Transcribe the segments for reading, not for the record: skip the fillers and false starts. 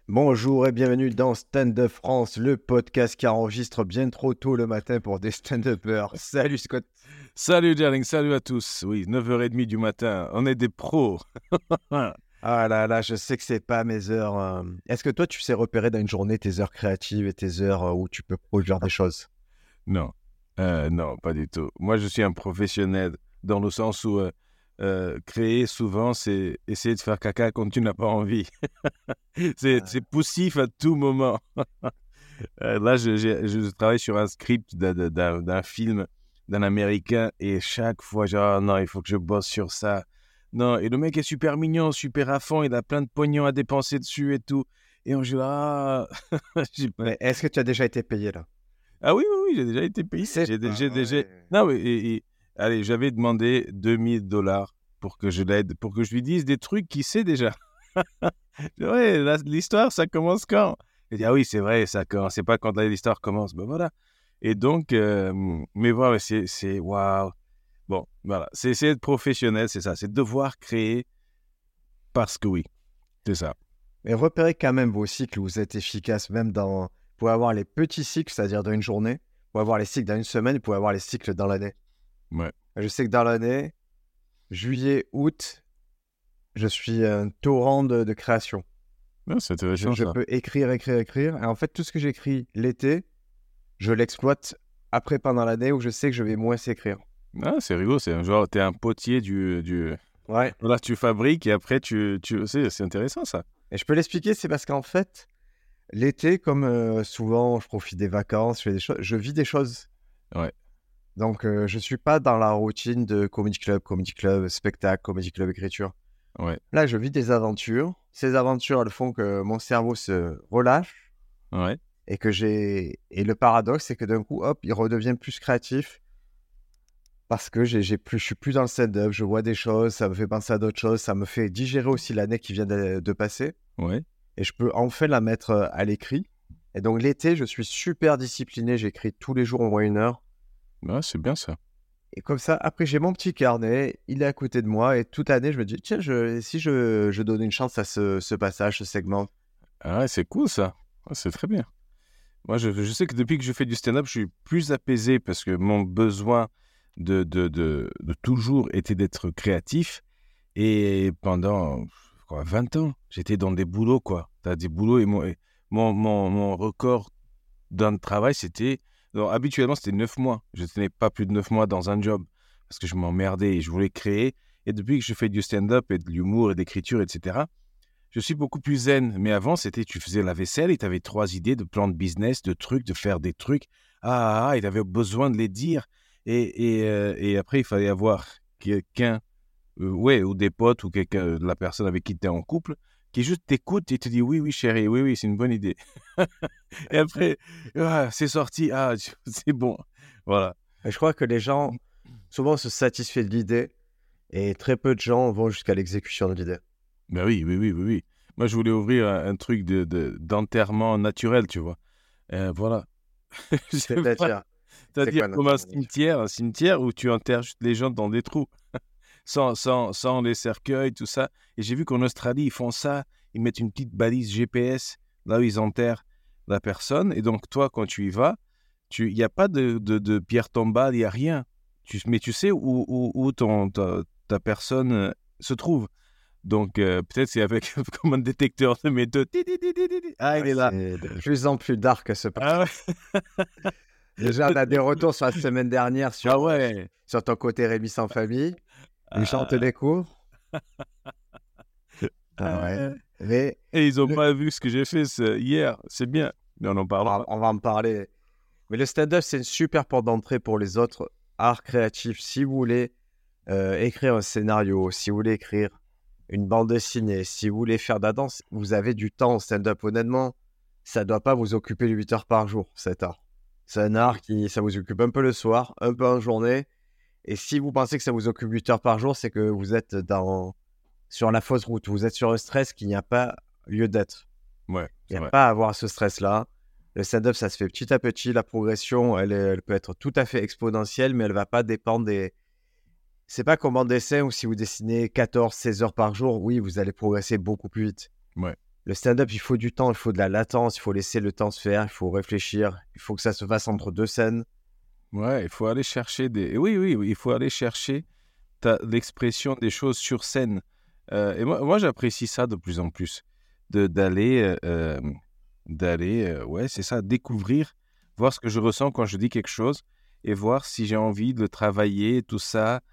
Bonjour et bienvenue dans Stand Up France, le podcast qui enregistre bien trop tôt le matin pour des stand-uppers. Salut Scott. Salut Darling, salut à tous. Oui, 9h30 du matin, on est des pros. Ah là là, je sais que c'est pas mes heures. Est-ce que toi tu sais repérer dans une journée tes heures créatives et tes heures où tu peux produire des choses? Non, non, pas du tout. Moi, je suis un professionnel dans le sens où créer souvent, c'est essayer de faire caca quand tu n'as pas envie. C'est poussif à tout moment. Là, je travaille sur un script d'un film d'un Américain et chaque fois, genre, ah non, il faut que je bosse sur ça. Non, et le mec est super mignon, super à fond, il a plein de pognon à dépenser dessus et tout. Et on dit, ah, Mais est-ce que tu as déjà été payé là? ah oui, oui, oui, j'ai déjà été payé. C'est pas J'ai déjà... vrai. Non, mais allez, j'avais demandé $2000 pour que je l'aide, pour que je lui dise des trucs qu'il sait déjà. Ouais, l'histoire, ça commence quand? Il dit, ah oui, c'est vrai, ça commence. C'est pas quand l'histoire commence. Ben voilà. Et donc, mais voilà, waouh. Bon, voilà. C'est être professionnel, c'est ça. C'est devoir créer parce que oui, c'est ça. Mais repérez quand même vos cycles où vous êtes efficace, même dans. Vous pouvez avoir les petits cycles, c'est-à-dire dans une journée. Vous pouvez avoir les cycles dans une semaine, vous pouvez avoir les cycles dans l'année. Ouais. Je sais que dans l'année, juillet, août, je suis un torrent de création. Non, c'est intéressant Je ça. peux écrire. Et en fait, tout ce que j'écris l'été, je l'exploite après pendant l'année où je sais que je vais moins s'écrire. Ah, c'est rigolo, c'est un genre, t'es un potier du... Ouais. Voilà, tu fabriques et après c'est intéressant ça. Et je peux l'expliquer, c'est parce qu'en fait, l'été, comme souvent, je profite des vacances, je fais des choses, je vis des choses. Ouais. Donc, je suis pas dans la routine de comedy club, spectacle, comedy club, écriture. Ouais, Là, je vis des aventures. Ces aventures, elles font que mon cerveau se relâche ouais, et que j'ai. Et le paradoxe, c'est que d'un coup, hop, il redevient plus créatif. Parce que je suis plus dans le stand-up, je vois des choses, ça me fait penser à d'autres choses, ça me fait digérer aussi l'année qui vient de passer, ouais. et je peux enfin la mettre à l'écrit. Et donc l'été, je suis super discipliné, j'écris tous les jours au moins 1 heure. Ouais, c'est bien ça. Et comme ça, après j'ai mon petit carnet, il est à côté de moi, et toute l'année, je me dis, tiens, si je donne une chance à ce passage, ce segment. Ah ouais, c'est cool ça. Ouais, c'est très bien. Moi, je sais que depuis que je fais du stand-up, je suis plus apaisé parce que mon besoin de toujours était d'être créatif. Et pendant 20 ans, j'étais dans des boulots, quoi. T'as des boulots et mon record d'un travail, c'était... Non, habituellement, c'était 9 mois. Je ne tenais pas plus de 9 mois dans un job parce que je m'emmerdais et je voulais créer. Et depuis que je fais du stand-up et de l'humour et d'écriture, etc., je suis beaucoup plus zen. Mais avant, c'était tu faisais la vaisselle et tu avais 3 idées de plans de business, de trucs, de faire des trucs. Et tu avais besoin de les dire. Et après, il fallait avoir quelqu'un, ouais, ou des potes, ou quelqu'un, la personne avec qui tu es en couple, qui juste t'écoute et te dit oui, oui, chérie, oui, oui, c'est une bonne idée. Et après, c'est sorti, c'est bon. Voilà. Et je crois que les gens, souvent, se satisfait de l'idée, et très peu de gens vont jusqu'à l'exécution de l'idée. Ben oui, oui, oui, oui, oui. Moi, je voulais ouvrir un truc d'enterrement naturel, tu vois. Voilà. Je sais pas. C'est-à-dire, c'est C'est-à-dire quoi comme notre un cimetière où tu enterres juste les gens dans des trous, sans les cercueils, tout ça. Et j'ai vu qu'en Australie, ils font ça. Ils mettent une petite balise GPS là où ils enterrent la personne. Et donc, toi, quand tu y vas, il n'y a pas de pierre tombale, il n'y a rien. Mais tu sais où ta personne se trouve. Donc, peut-être c'est avec comme un détecteur de métaux. Ah, il est là. C'est de plus en plus dark ce Ah podcast. ouais. Déjà, on a des retours sur la semaine dernière Ah sur, ouais. sur ton côté Rémi sans famille. Les gens te Ah, découvrent. Ah ouais. ah. Mais Et ils n'ont le- pas vu ce que j'ai fait hier. C'est bien. Mais on en parlera. on va en parler. Mais le stand-up, c'est une super porte d'entrée pour les autres arts créatifs. Si vous voulez écrire un scénario, si vous voulez écrire une bande dessinée, si vous voulez faire de la danse, vous avez du temps au stand-up. Honnêtement, ça ne doit pas vous occuper 8 heures par jour, cet art. C'est un art qui, ça vous occupe un peu le soir, un peu en journée. Et si vous pensez que ça vous occupe 8 heures par jour, c'est que vous êtes sur la fausse route. Vous êtes sur un stress qui n'y a pas lieu d'être. Ouais, Il c'est n'y a vrai. pas à avoir ce stress-là. Le stand-up, ça se fait petit à petit. La progression, elle peut être tout à fait exponentielle, mais elle ne va pas dépendre des... C'est pas comme en dessin où si vous dessinez 14, 16 heures par jour, oui, vous allez progresser beaucoup plus vite. Ouais. Le stand-up, il faut du temps, il faut de la latence, il faut laisser le temps se faire, il faut réfléchir, il faut que ça se fasse entre deux scènes. Ouais, il faut aller chercher des... Oui, oui, oui, il faut aller chercher l'expression des choses sur scène. Et moi, j'apprécie ça de plus en plus. D'aller, ouais, c'est ça, découvrir, voir ce que je ressens quand je dis quelque chose et voir si j'ai envie de le travailler, tout ça.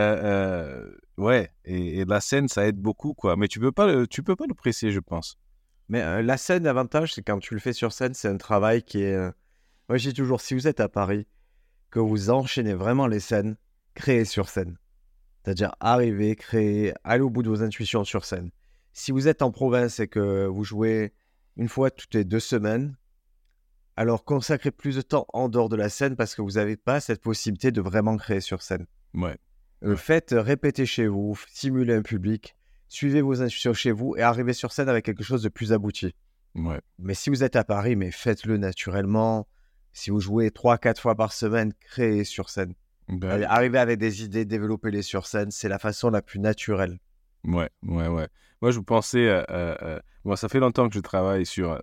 Ouais, et la scène, ça aide beaucoup, quoi. Mais tu peux pas le presser, je pense. Mais la scène, l'avantage, c'est quand tu le fais sur scène, c'est un travail qui est... Moi, je dis toujours, si vous êtes à Paris, que vous enchaînez vraiment les scènes, créez sur scène. C'est-à-dire arriver, créer, aller au bout de vos intuitions sur scène. Si vous êtes en province et que vous jouez une fois toutes les 2 semaines, alors consacrez plus de temps en dehors de la scène parce que vous n'avez pas cette possibilité de vraiment créer sur scène. Ouais, Faites répéter chez vous, simulez un public, suivez vos intuitions chez vous et arrivez sur scène avec quelque chose de plus abouti. ouais. Mais si vous êtes à Paris, mais faites-le naturellement. Si vous jouez 3-4 fois par semaine, créez sur scène. Ben, Arrivez avec des idées, développez-les sur scène, c'est la façon la plus naturelle. ouais, ouais, ouais. Moi, je pensais... Bon, ça fait longtemps que je travaille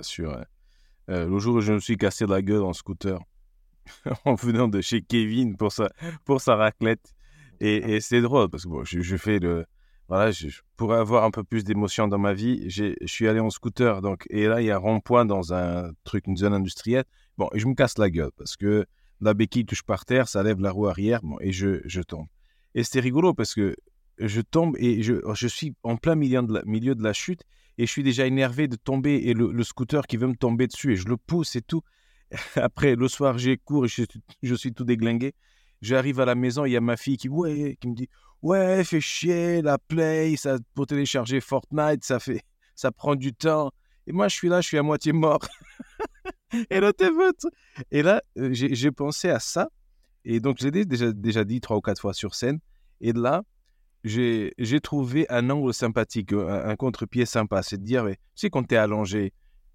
le jour où je me suis cassé la gueule en scooter en venant de chez Kevin pour sa raclette. Et c'est drôle parce que bon, je fais le... Voilà, pour avoir un peu plus d'émotion dans ma vie, je suis allé en scooter. Donc, et là, il y a un rond-point dans un truc, une zone industrielle. Bon, et je me casse la gueule parce que la béquille touche par terre, ça lève la roue arrière, bon, et je tombe. Et c'était rigolo parce que je tombe et je suis en plein milieu de la chute et je suis déjà énervé de tomber et le scooter qui veut me tomber dessus et je le pousse et tout. Après, le soir, j'ai cours et je suis tout déglingué. J'arrive à la maison, il y a ma fille qui me dit ouais, fais chier, la Play, ça, pour télécharger Fortnite, ça prend du temps. Et moi, je suis à moitié mort. Et là, Et là, j'ai pensé à ça. Et donc, je l'ai déjà dit 3 ou 4 fois sur scène. Et là, j'ai trouvé un angle sympathique, un contre-pied sympa. C'est de dire, mais, tu sais, quand tu es allongé,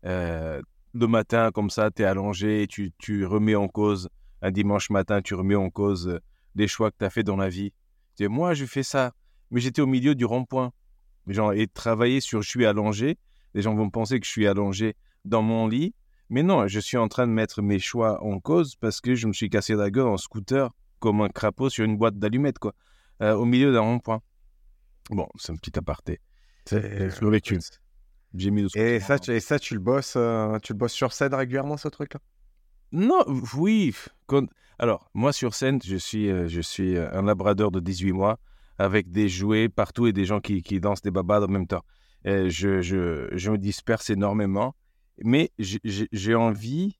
le matin, comme ça, tu es allongé, tu remets en cause, un dimanche matin, tu remets en cause des choix que tu as fait dans la vie. Et moi, je fais ça. Mais j'étais au milieu du rond-point. Genre, et travailler sur je suis allongé, les gens vont penser que je suis allongé dans mon lit. Mais non, je suis en train de mettre mes choix en cause parce que je me suis cassé la gueule en scooter comme un crapaud sur une boîte d'allumettes, quoi, au milieu d'un rond-point. Bon, c'est un petit aparté. J'ai survécu. J'ai mis le Et scooter. ça, tu le bosses sur scène régulièrement, ce truc-là? Non, oui. Alors, moi, sur scène, je suis un labrador de 18 mois avec des jouets partout et des gens qui dansent des babades en même temps. Je me disperse énormément, mais j'ai envie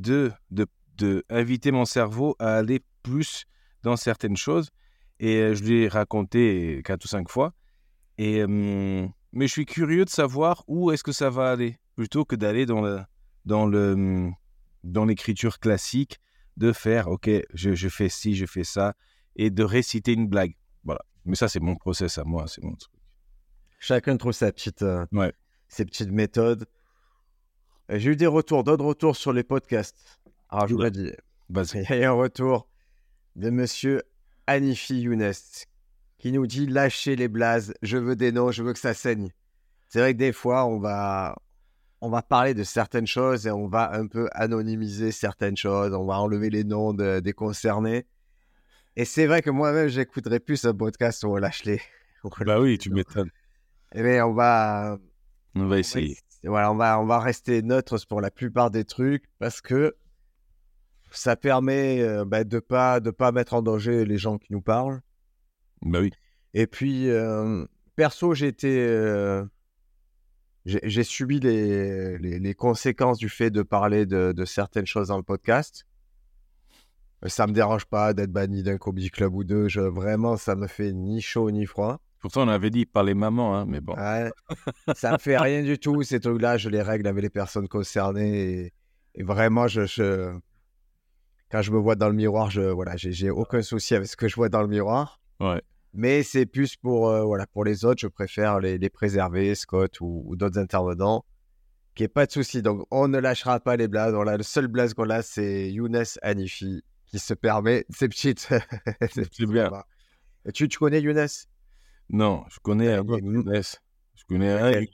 de inviter mon cerveau à aller plus dans certaines choses. Et je lui ai raconté 4 ou 5 fois. Mais je suis curieux de savoir où est-ce que ça va aller, plutôt que d'aller dans le, dans l'écriture classique, de faire, OK, je fais ci, je fais ça, et de réciter une blague. Voilà. Mais ça, c'est mon process à moi, c'est mon truc. Chacun trouve Ouais. ses petites méthodes. J'ai eu d'autres retours sur les podcasts. Alors, je vous Oula. l'ai dit, Vas-y. il y a un retour de monsieur Hanifi Younes qui nous dit lâchez les blazes, je veux des noms, je veux que ça saigne. C'est vrai que des fois, on va parler de certaines choses et on va un peu anonymiser certaines choses, on va enlever les noms des concernés. Et c'est vrai que moi-même, j'écouterais plus un podcast où on lâche les, on Bah lâche oui, les tu noms. m'étonnes. Mais On va essayer. voilà, on va rester neutre pour la plupart des trucs parce que ça permet de pas mettre en danger les gens qui nous parlent. Bah oui. Et puis, perso, j'ai subi les conséquences du fait de parler de certaines choses dans le podcast. Ça me dérange pas d'être banni d'un comedy club ou deux. Vraiment, ça me fait ni chaud ni froid. Pourtant, on avait dit par les mamans, hein, mais bon. Ouais, ça me fait rien du tout. Ces trucs-là, je les règle avec les personnes concernées. Et vraiment, quand je me vois dans le miroir, voilà, j'ai aucun souci avec ce que je vois dans le miroir. Ouais. Mais c'est plus voilà, pour les autres, je préfère les préserver, Scott ou d'autres intervenants. Qu'il n'y ait pas de souci. Donc, on ne lâchera pas les blazes. Le seul blaze qu'on a, c'est Younes Hanifi qui se permet ces petites. C'est bien. Tu connais Younes? Non, je connais un autre Il est Younes. Je connais un lequel? Younes.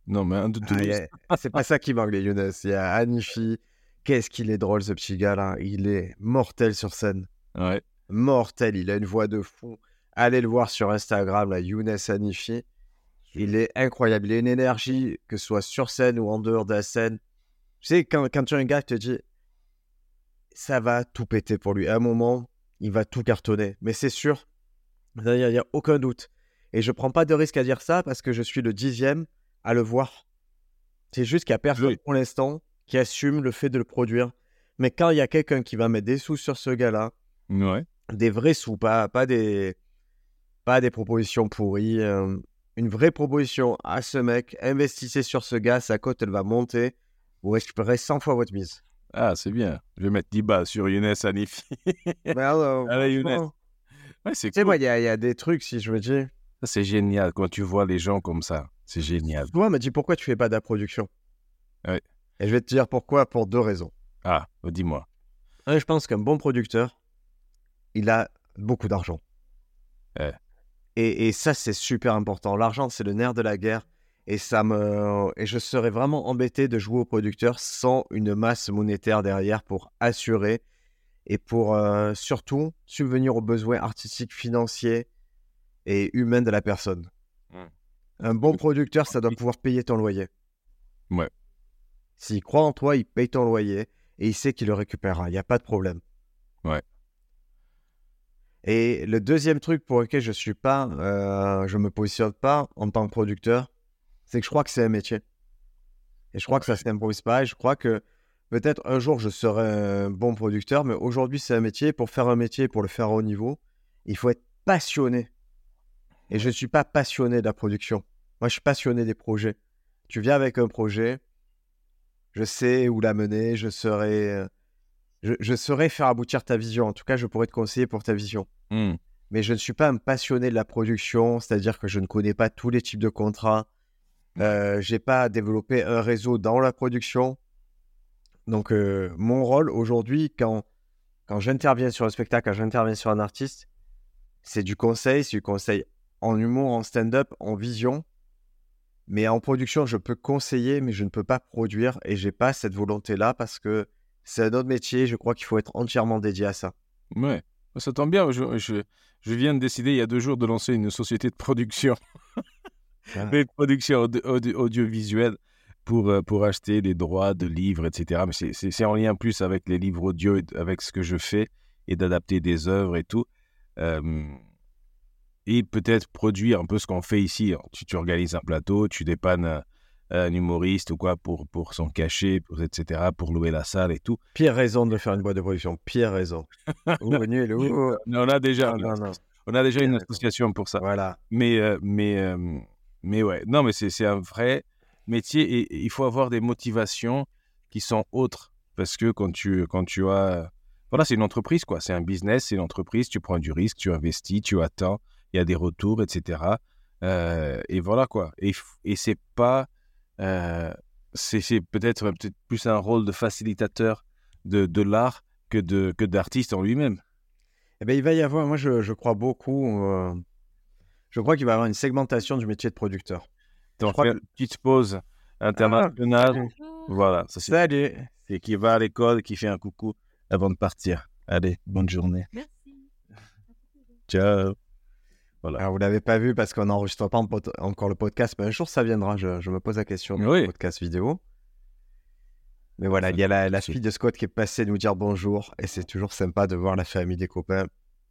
Non, mais un de Toulouse. C'est pas ça qui manque, les Younes. Il y a Hanifi. Qu'est-ce qu'il est drôle, ce petit gars-là. Il est mortel sur scène. Ouais. Mortel. Il a une voix de fou. Allez le voir sur Instagram, là, Younes Hanifi. Il est incroyable. Il a une énergie, que ce soit sur scène ou en dehors de la scène. Tu sais, quand tu as un gars qui te dit, ça va tout péter pour lui. À un moment, il va tout cartonner. Mais c'est sûr, il n'y a aucun doute. Et je prends pas de risque à dire ça parce que je suis le 10e à le voir. C'est juste qu'il n'y a personne pour l'instant qui assume le fait de le produire. Mais quand il y a quelqu'un qui va mettre des sous sur ce gars-là, Ouais. des vrais sous, pas des propositions pourries, une vraie proposition à ce mec, investissez sur ce gars, sa cote elle va monter, vous récupérez 100 fois votre mise. Ah, c'est bien. Je vais mettre 10 balles sur Younes Hanifi. Allez, Younes. Ouais, c'est Tu sais, cool. moi, il y a des trucs, si je me dis. Ça, c'est génial quand tu vois les gens comme ça. C'est génial. Toi, me dis pourquoi tu fais pas de la production. Ouais. Et je vais te dire pourquoi, pour 2 raisons. Ah, dis-moi. Un, je pense qu'un bon producteur, il a beaucoup d'argent. Ouais. Et ça, c'est super important. L'argent, c'est le nerf de la guerre. Et je serais vraiment embêté de jouer au producteur sans une masse monétaire derrière pour assurer et pour surtout subvenir aux besoins artistiques, financiers et humains de la personne. Un bon producteur, ça doit pouvoir payer ton loyer. Ouais. S'il croit en toi, il paye ton loyer et il sait qu'il le récupérera. Il n'y a pas de problème. Ouais. Et le deuxième truc pour lequel je me positionne pas en tant que producteur, c'est que je crois que c'est un métier. Et je crois que ça ne s'improvise pas. Et je crois que peut-être un jour, je serai un bon producteur, mais aujourd'hui, c'est un métier. Pour faire un métier, pour le faire à haut niveau, il faut être passionné. Et je ne suis pas passionné de la production. Moi, je suis passionné des projets. Tu viens avec un projet, je sais où l'amener, je saurai faire aboutir ta vision. En tout cas, je pourrais te conseiller pour ta vision. Mais je ne suis pas un passionné de la production, c'est-à-dire que je ne connais pas tous les types de contrats. Je n'ai pas développé un réseau dans la production. Donc, mon rôle aujourd'hui, quand j'interviens sur un spectacle, quand j'interviens sur un artiste, c'est du conseil en humour, en stand-up, en vision. Mais en production, je peux conseiller, mais je ne peux pas produire. Et je n'ai pas cette volonté-là parce que c'est un autre métier. Je crois qu'il faut être entièrement dédié à ça. Ouais, ça tombe bien. Je viens de décider il y a 2 jours de lancer une société de production. De production audiovisuelle pour acheter des droits de livres, etc. Mais c'est en lien plus avec les livres audio, avec ce que je fais, et d'adapter des œuvres et tout. Et peut-être produire un peu ce qu'on fait ici. Tu organises un plateau, tu dépannes un humoriste ou quoi pour son cachet, etc., pour louer la salle et tout. Pire raison de faire une boîte de production, pire raison. On a déjà une association pour ça. Voilà. Mais ouais, non, mais c'est un vrai métier et il faut avoir des motivations qui sont autres. Parce que quand tu as... Voilà, c'est une entreprise, quoi. C'est un business, c'est une entreprise. Tu prends du risque, tu investis, tu attends. Il y a des retours, etc. Et voilà, quoi. Et c'est pas... c'est peut-être plus un rôle de facilitateur de l'art que d'artiste en lui-même. Eh bien, il va y avoir... Moi, je crois beaucoup... Je crois qu'il va y avoir une segmentation du métier de producteur. Donc, faire une petite pause internationale. Voilà. Ça, Salut. C'est qui va à l'école, qui fait un coucou avant de partir. Allez, bonne journée. Merci. Ciao. Voilà. Alors, vous ne l'avez pas vu parce qu'on n'enregistre pas encore le podcast, mais un jour, ça viendra. Je me pose la question du podcast vidéo. Mais voilà, il y a la fille de Scott qui est passée nous dire bonjour. Et c'est toujours sympa de voir la famille des copains.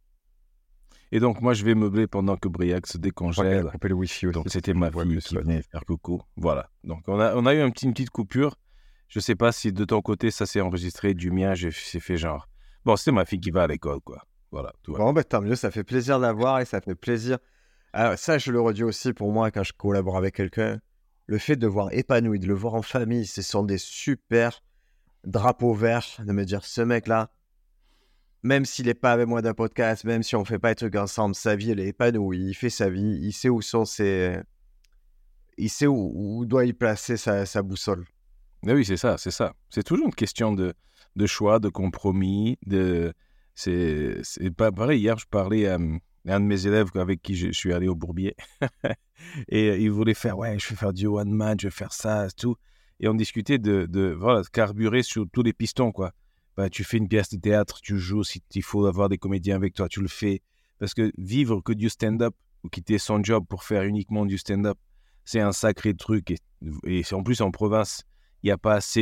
Et donc, moi, je vais meubler pendant que Briac se décongèle. Couper le wifi aussi. Donc, c'était ma fille qui venait faire coucou. Voilà. Donc, on a eu une petite coupure. Je ne sais pas si de ton côté, ça s'est enregistré. Du mien, j'ai fait genre. Bon, c'est ma fille qui va à l'école, quoi. Voilà. Bon, bah, tant mieux. Ça fait plaisir de la voir et ça fait plaisir. Alors, ça, je le redis aussi pour moi quand je collabore avec quelqu'un. Le fait de le voir épanoui, de le voir en famille, ce sont des super drapeaux verts. De me dire, ce mec-là, même s'il n'est pas avec moi d'un podcast, même si on ne fait pas des trucs ensemble, sa vie, elle est épanouie. Il fait sa vie. Il sait où sont ses... Il sait où doit y placer sa boussole. Mais oui, c'est ça. C'est toujours une question de choix, de compromis. C'est pas pareil. Hier, je parlais un de mes élèves avec qui je suis allé au Bourbier. Et il voulait faire, ouais, je vais faire du one man, je vais faire ça, tout. Et on discutait voilà, carburer sur tous les pistons, quoi. Bah, tu fais une pièce de théâtre, tu joues, si il faut avoir des comédiens avec toi, tu le fais. Parce que vivre que du stand-up ou quitter son job pour faire uniquement du stand-up, c'est un sacré truc. Et en plus, en province, il n'y a pas assez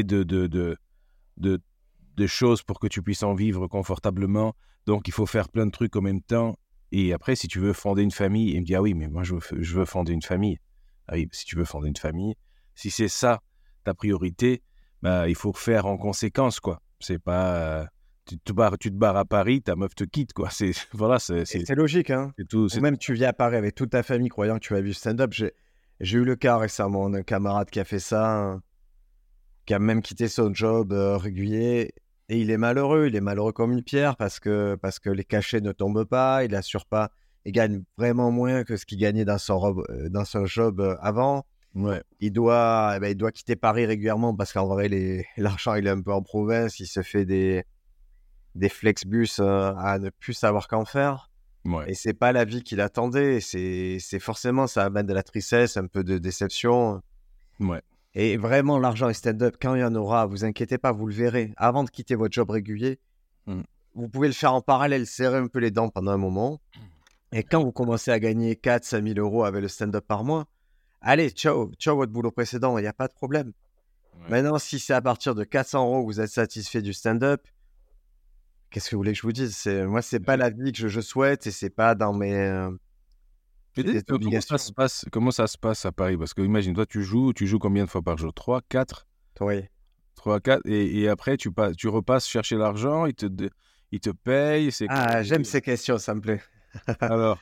de choses pour que tu puisses en vivre confortablement. Donc, il faut faire plein de trucs en même temps. Et après, si tu veux fonder une famille, il me dit, ah oui, mais moi, je veux fonder une famille. Ah oui, si tu veux fonder une famille, si c'est ça ta priorité, bah, il faut faire en conséquence, quoi. C'est pas... tu te barres à Paris, ta meuf te quitte, quoi. Voilà, Et c'est logique, hein. c'est tout. Ou même tu viens à Paris avec toute ta famille croyant que tu vas vivre stand-up. J'ai eu le cas récemment d'un camarade qui a fait ça, hein, qui a même quitté son job régulier. Et il est malheureux comme une pierre parce que les cachets ne tombent pas, il assure pas, il gagne vraiment moins que ce qu'il gagnait dans son job avant. Ouais. Il doit quitter Paris régulièrement parce qu'en vrai, l'argent, il est un peu en province, il se fait des flexbus à ne plus savoir qu'en faire. Ouais. Et c'est pas la vie qu'il attendait. C'est forcément, ça amène de la tristesse, un peu de déception. Ouais. Et vraiment, l'argent et stand-up, quand il y en aura, vous inquiétez pas, vous le verrez. Avant de quitter votre job régulier, vous pouvez le faire en parallèle, serrer un peu les dents pendant un moment. Et quand vous commencez à gagner 4 000 € avec le stand-up par mois, allez, ciao votre boulot précédent, il n'y a pas de problème. Ouais. Maintenant, si c'est à partir de 400 € que vous êtes satisfait du stand-up, qu'est-ce que vous voulez que je vous dise? Moi, c'est pas la vie que je souhaite et c'est pas dans mes obligations. Comment ça se passe à Paris? Parce que imagine, toi, tu joues combien de fois par jour? 3, 4? Oui. 3, 4, et après, tu repasses chercher l'argent, ils te payent. J'aime ces questions, ça me plaît. Alors,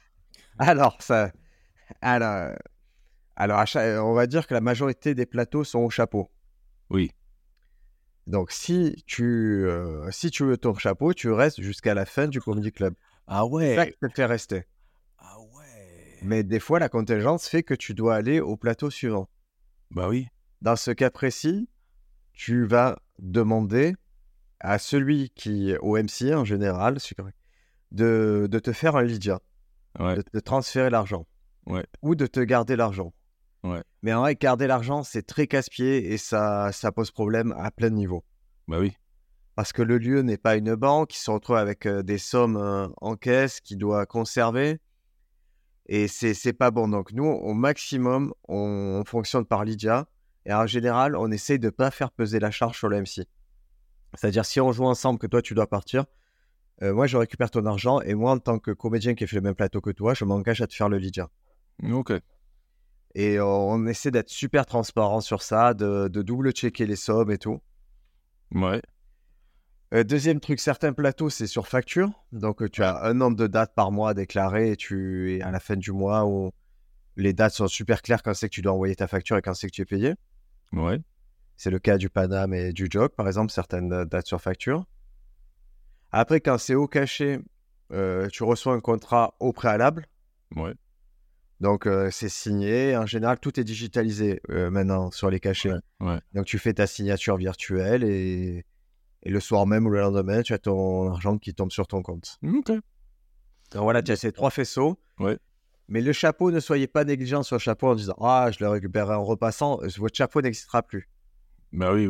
on va dire que la majorité des plateaux sont au chapeau. Oui. Donc, si tu veux ton chapeau, tu restes jusqu'à la fin du comedy club. Ah ouais. C'est ça qui te fait rester. Ah ouais. Mais des fois, la contingence fait que tu dois aller au plateau suivant. Bah oui. Dans ce cas précis, tu vas demander à celui au MC en général, de te faire un Lydia, de te transférer l'argent, ou de te garder l'argent. Ouais. Mais en vrai, garder l'argent, c'est très casse-pied et ça pose problème à plein de niveaux. Bah oui. Parce que le lieu n'est pas une banque, il se retrouve avec des sommes en caisse qu'il doit conserver. Et c'est pas bon. Donc nous, au maximum, on fonctionne par Lydia. Et en général, on essaye de ne pas faire peser la charge sur le MC. C'est-à-dire, si on joue ensemble, que toi, tu dois partir, moi, je récupère ton argent. Et moi, en tant que comédien qui a fait le même plateau que toi, je m'engage à te faire le Lydia. Ok. Et on essaie d'être super transparent sur ça, de double-checker les sommes et tout. Ouais. Deuxième truc, certains plateaux, c'est sur facture. Donc, tu as un nombre de dates par mois déclarées et à la fin du mois, où les dates sont super claires quand c'est que tu dois envoyer ta facture et quand c'est que tu es payé. Ouais. C'est le cas du Paname et du Jog, par exemple, certaines dates sur facture. Après, quand c'est au cachet, tu reçois un contrat au préalable. Ouais. Donc, c'est signé. En général, tout est digitalisé maintenant sur les cachets. Ouais. Donc, tu fais ta signature virtuelle et le soir même ou le lendemain, tu as ton argent qui tombe sur ton compte. Ok. Donc, voilà, tu as ces 3 faisceaux. Ouais. Mais le chapeau, ne soyez pas négligent sur le chapeau en disant « Ah, je le récupérerai en repassant. » Votre chapeau n'existera plus. Bah oui.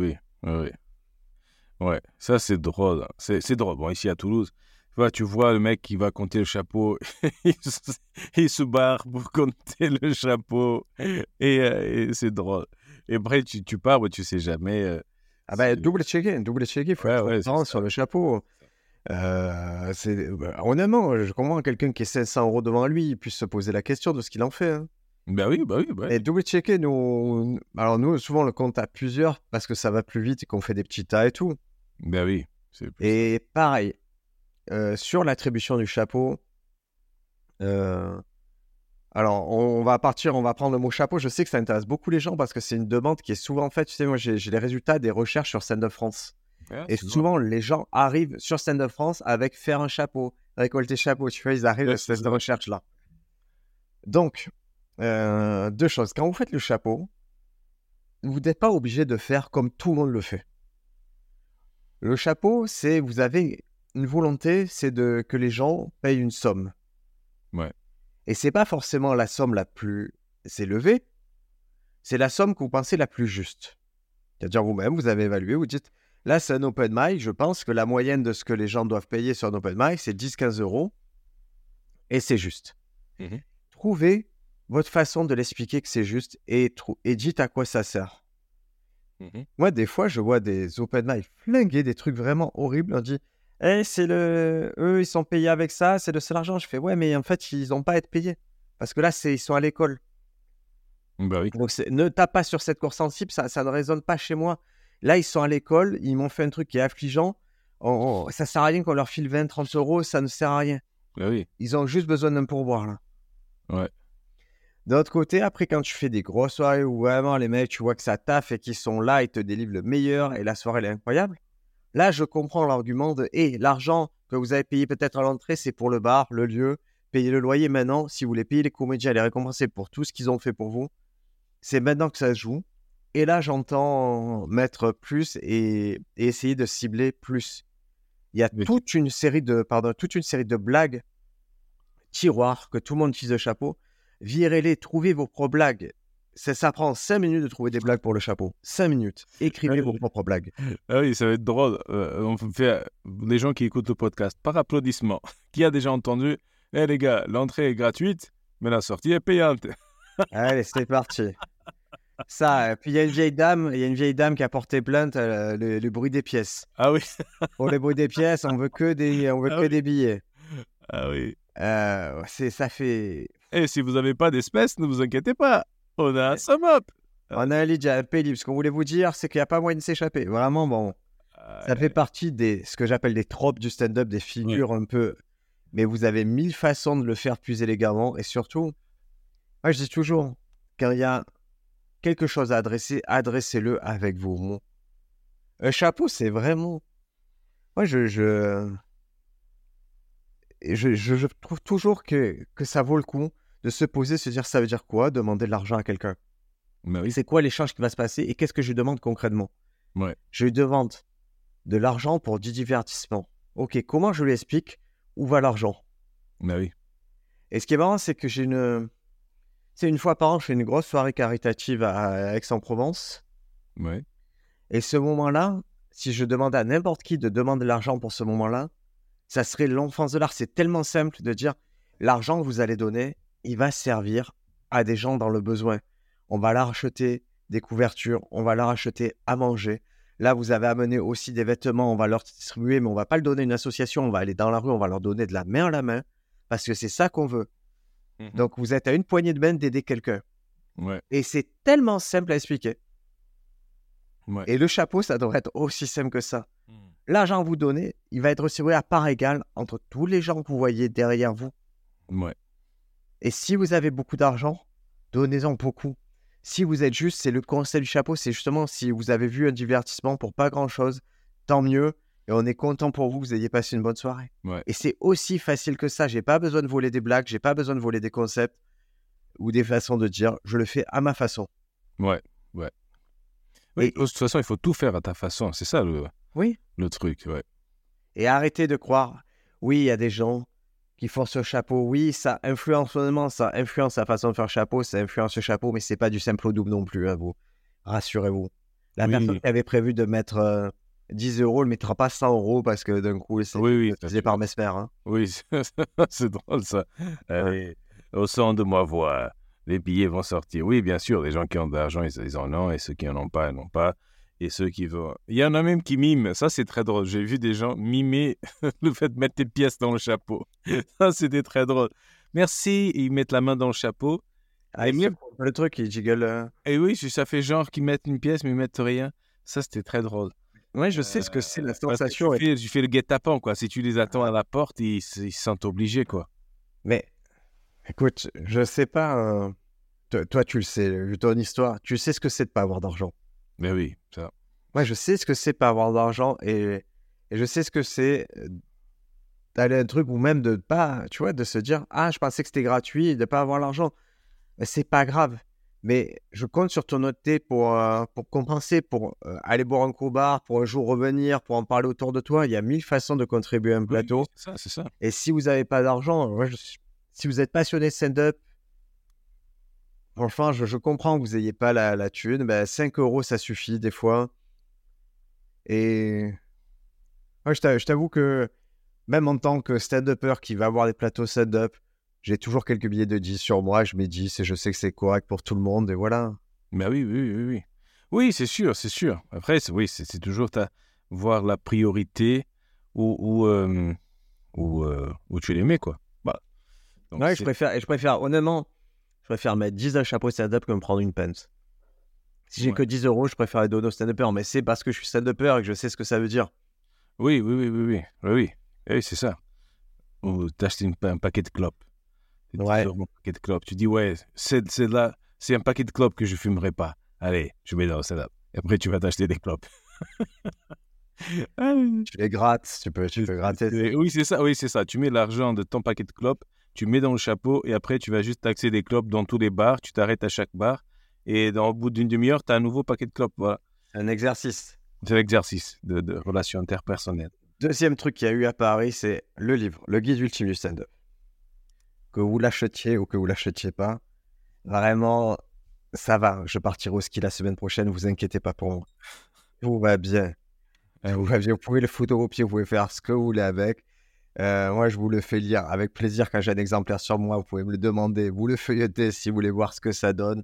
Ouais, ça c'est drôle. C'est drôle. Bon, ici à Toulouse, tu vois le mec qui va compter le chapeau, il se barre pour compter le chapeau, et c'est drôle. Et après, tu pars, mais tu sais jamais. Double-checker, il faut être transparent sur le chapeau. Honnêtement, je comprends quelqu'un qui est 500 € devant lui, il puisse se poser la question de ce qu'il en fait. Hein. Bah oui. Et double-checker, nous, souvent, on le compte à plusieurs parce que ça va plus vite et qu'on fait des petits tas et tout. Bah oui. Et pareil, sur l'attribution du chapeau, alors on va prendre le mot chapeau. Je sais que ça intéresse beaucoup les gens parce que c'est une demande qui est souvent faite. Tu sais, moi, j'ai les résultats des recherches sur Stand Up France. Et souvent, les gens arrivent sur Stand Up France avec faire un chapeau, récolter chapeau. Tu vois, ils arrivent à cette recherche-là. Donc, 2 choses. Quand vous faites le chapeau, vous n'êtes pas obligé de faire comme tout le monde le fait. Le chapeau, vous avez une volonté, c'est que les gens payent une somme. Ouais. Et c'est pas forcément la somme la plus élevée, c'est la somme que vous pensez la plus juste. C'est-à-dire vous-même, vous avez évalué, vous dites, là c'est un open mic, je pense que la moyenne de ce que les gens doivent payer sur un open mic, c'est 10-15 euros, et c'est juste. Mhm. Trouvez votre façon de l'expliquer que c'est juste, et dites à quoi ça sert. Mhm. Moi, des fois, je vois des open mic flinguer des trucs vraiment horribles. On dit, eux, ils sont payés avec ça, c'est de seul argent. Je fais, ouais, mais en fait, ils n'ont pas à être payés. Parce que là, ils sont à l'école. Bah oui. Donc, ne tape pas sur cette cour sensible, ça ne résonne pas chez moi. Là, ils sont à l'école, ils m'ont fait un truc qui est affligeant. Ça sert à rien qu'on leur file 20-30 euros, ça ne sert à rien. Bah oui. Ils ont juste besoin d'un pourboire, là. Ouais. D'un autre côté, après, quand tu fais des grosses soirées où vraiment les mecs, tu vois que ça taffe et qu'ils sont là, ils te délivrent le meilleur et la soirée, elle est incroyable. Là, je comprends l'argument de l'argent que vous avez payé peut-être à l'entrée, c'est pour le bar, le lieu, payer le loyer maintenant. Si vous voulez payer les comédiens, les récompenser pour tout ce qu'ils ont fait pour vous, c'est maintenant que ça se joue. Et là, j'entends mettre plus et essayer de cibler plus. Il y a Mais toute une série de blagues tiroirs que tout le monde utilise de chapeau. Virez-les, trouvez vos propres blagues. Ça prend 5 minutes de trouver des blagues pour le chapeau. 5 minutes. Écrivez vos propres blagues. Ah oui, ça va être drôle. On fait les gens qui écoutent le podcast par applaudissement. Qui a déjà entendu? Eh les gars, l'entrée est gratuite, mais la sortie est payante. Allez, c'est parti. Ça, puis il y a une vieille dame qui a porté plainte, le bruit des pièces. Ah oui. Pour le bruit des pièces, on veut que des billets. Ah oui. Ça fait. Et si vous n'avez pas d'espèces, ne vous inquiétez pas. On a un sum up. On a un lit, un pay libre. Ce qu'on voulait vous dire, c'est qu'il n'y a pas moyen de s'échapper. Vraiment, bon. Ça fait partie ce que j'appelle des tropes du stand-up, des figures un peu. Mais vous avez 1000 façons de le faire plus élégamment. Et surtout, moi, je dis toujours, quand il y a quelque chose à adresser, adressez-le avec vos mots. Un chapeau, c'est vraiment. Moi, je trouve toujours que ça vaut le coup de se poser, se dire ça veut dire quoi, demander de l'argent à quelqu'un. Bah oui. C'est quoi l'échange qui va se passer et qu'est-ce que je lui demande concrètement? Ouais. Je lui demande de l'argent pour du divertissement. Ok, comment je lui explique où va l'argent? Bah oui. Et ce qui est marrant, c'est que c'est une fois par an, je fais une grosse soirée caritative à Aix-en-Provence. Ouais. Et ce moment-là, si je demandais à n'importe qui de demander de l'argent pour ce moment-là, ça serait l'enfance de l'art. C'est tellement simple de dire l'argent que vous allez donner, il va servir à des gens dans le besoin. On va leur acheter des couvertures, on va leur acheter à manger. Là, vous avez amené aussi des vêtements, on va leur distribuer, mais on va pas le donner à une association, on va aller dans la rue, on va leur donner de la main à la main, parce que c'est ça qu'on veut. Donc, vous êtes à une poignée de main d'aider quelqu'un. Ouais. Et c'est tellement simple à expliquer. Ouais. Et le chapeau, ça devrait être aussi simple que ça. L'argent que vous donnez, il va être distribué à part égale entre tous les gens que vous voyez derrière vous. Ouais. Et si vous avez beaucoup d'argent, donnez-en beaucoup. Si vous êtes juste, c'est le conseil du chapeau, c'est justement si vous avez vu un divertissement pour pas grand-chose, tant mieux. Et on est content pour vous, vous ayez passé une bonne soirée. Ouais. Et c'est aussi facile que ça. J'ai pas besoin de voler des blagues, j'ai pas besoin de voler des concepts ou des façons de dire. Je le fais à ma façon. Ouais. Ouais. Oui, de toute façon, il faut tout faire à ta façon. C'est ça le truc. Ouais. Et arrêtez de croire, oui, il y a des gens qui font ce chapeau. Oui, ça influence la façon de faire chapeau, ça influence le chapeau, mais c'est pas du simple au double non plus, hein, vous. Rassurez-vous. La personne qui avait prévu de mettre 10 euros, elle ne mettra pas 100 euros parce que d'un coup, c'est faisait par Mesmer. Hein. Oui, c'est drôle ça. Allez, au son de ma voix, les billets vont sortir. Oui, bien sûr, les gens qui ont de l'argent, ils en ont, et ceux qui n'en ont pas, ils n'en ont pas. Et ceux qui vont... Il y en a même qui miment. Ça, c'est très drôle. J'ai vu des gens mimer le fait de mettre des pièces dans le chapeau. Ça, c'était très drôle. Merci. Ils mettent la main dans le chapeau. Et le truc, il jiggle. Et oui, ça fait genre qu'ils mettent une pièce, mais ils mettent rien. Ça, c'était très drôle. Oui, je sais ce que c'est, la sensation. Tu fais le guet-apens, quoi. Si tu les attends à la porte, ils se sentent obligés, quoi. Mais, écoute, je sais pas... Toi, tu le sais, ton histoire, tu sais ce que c'est de pas avoir d'argent. Mais oui, ça. Moi, je sais ce que c'est pas avoir d'argent et je sais ce que c'est d'aller à un truc ou même de pas, tu vois, de se dire « Ah, je pensais que c'était gratuit et de pas avoir l'argent. » Mais c'est pas grave. Mais je compte sur ton honnêteté pour compenser, pour aller boire un coup au bar, pour un jour revenir, pour en parler autour de toi. Il y a 1000 façons de contribuer à un plateau. Oui, c'est ça. Et si vous n'avez pas d'argent, si vous êtes passionné de stand-up, franchement, je comprends que vous n'ayez pas la thune. Ben, 5 euros, ça suffit des fois. Et ouais, je t'avoue que même en tant que stand-upper qui va avoir des plateaux stand-up, j'ai toujours quelques billets de 10 sur moi. Je mets 10 et je sais que c'est correct pour tout le monde. Et voilà. Mais oui, oui, oui, oui. Oui, c'est sûr, c'est sûr. Après, c'est toujours voir la priorité où tu les mets, quoi. Bah, donc Ouais, je préfère, honnêtement, je préfère mettre 10 d'un chapeau stand-up que me prendre une pence. Si j'ai Ouais. que 10 euros, je préfère les donner au stand-upper. Mais c'est parce que je suis stand-upper et que je sais ce que ça veut dire. Oui, oui, oui, oui, oui, oui, oui. Oui, c'est ça. Ou t'achètes un paquet de clopes. C'est 10 Ouais. euros un paquet de clopes. Tu dis, ouais, c'est un paquet de clopes que je fumerai pas. Allez, je mets dans le stand-up. Et après, tu vas t'acheter des clopes. Ah, Tu les grattes, tu peux gratter. Oui, c'est ça, oui, c'est ça. Tu mets l'argent de ton paquet de clopes, tu mets dans le chapeau et après, tu vas juste taxer des clopes dans tous les bars. Tu t'arrêtes à chaque bar et au bout d'une demi-heure, tu as un nouveau paquet de clopes. Voilà. Un exercice. C'est l'exercice de relations interpersonnelles. Deuxième truc qu'il y a eu à Paris, c'est le livre, le guide ultime du stand-up. Que vous l'achetiez ou que vous l'achetiez pas, vraiment, ça va. Je partirai au ski la semaine prochaine, vous inquiétez pas pour moi. Tout va bien. Ah Tout oui. va bien. Vous pouvez le photocopier, vous pouvez faire ce que vous voulez avec. Moi, je vous le fais lire avec plaisir quand j'ai un exemplaire sur moi. Vous pouvez me le demander. Vous le feuilletez si vous voulez voir ce que ça donne.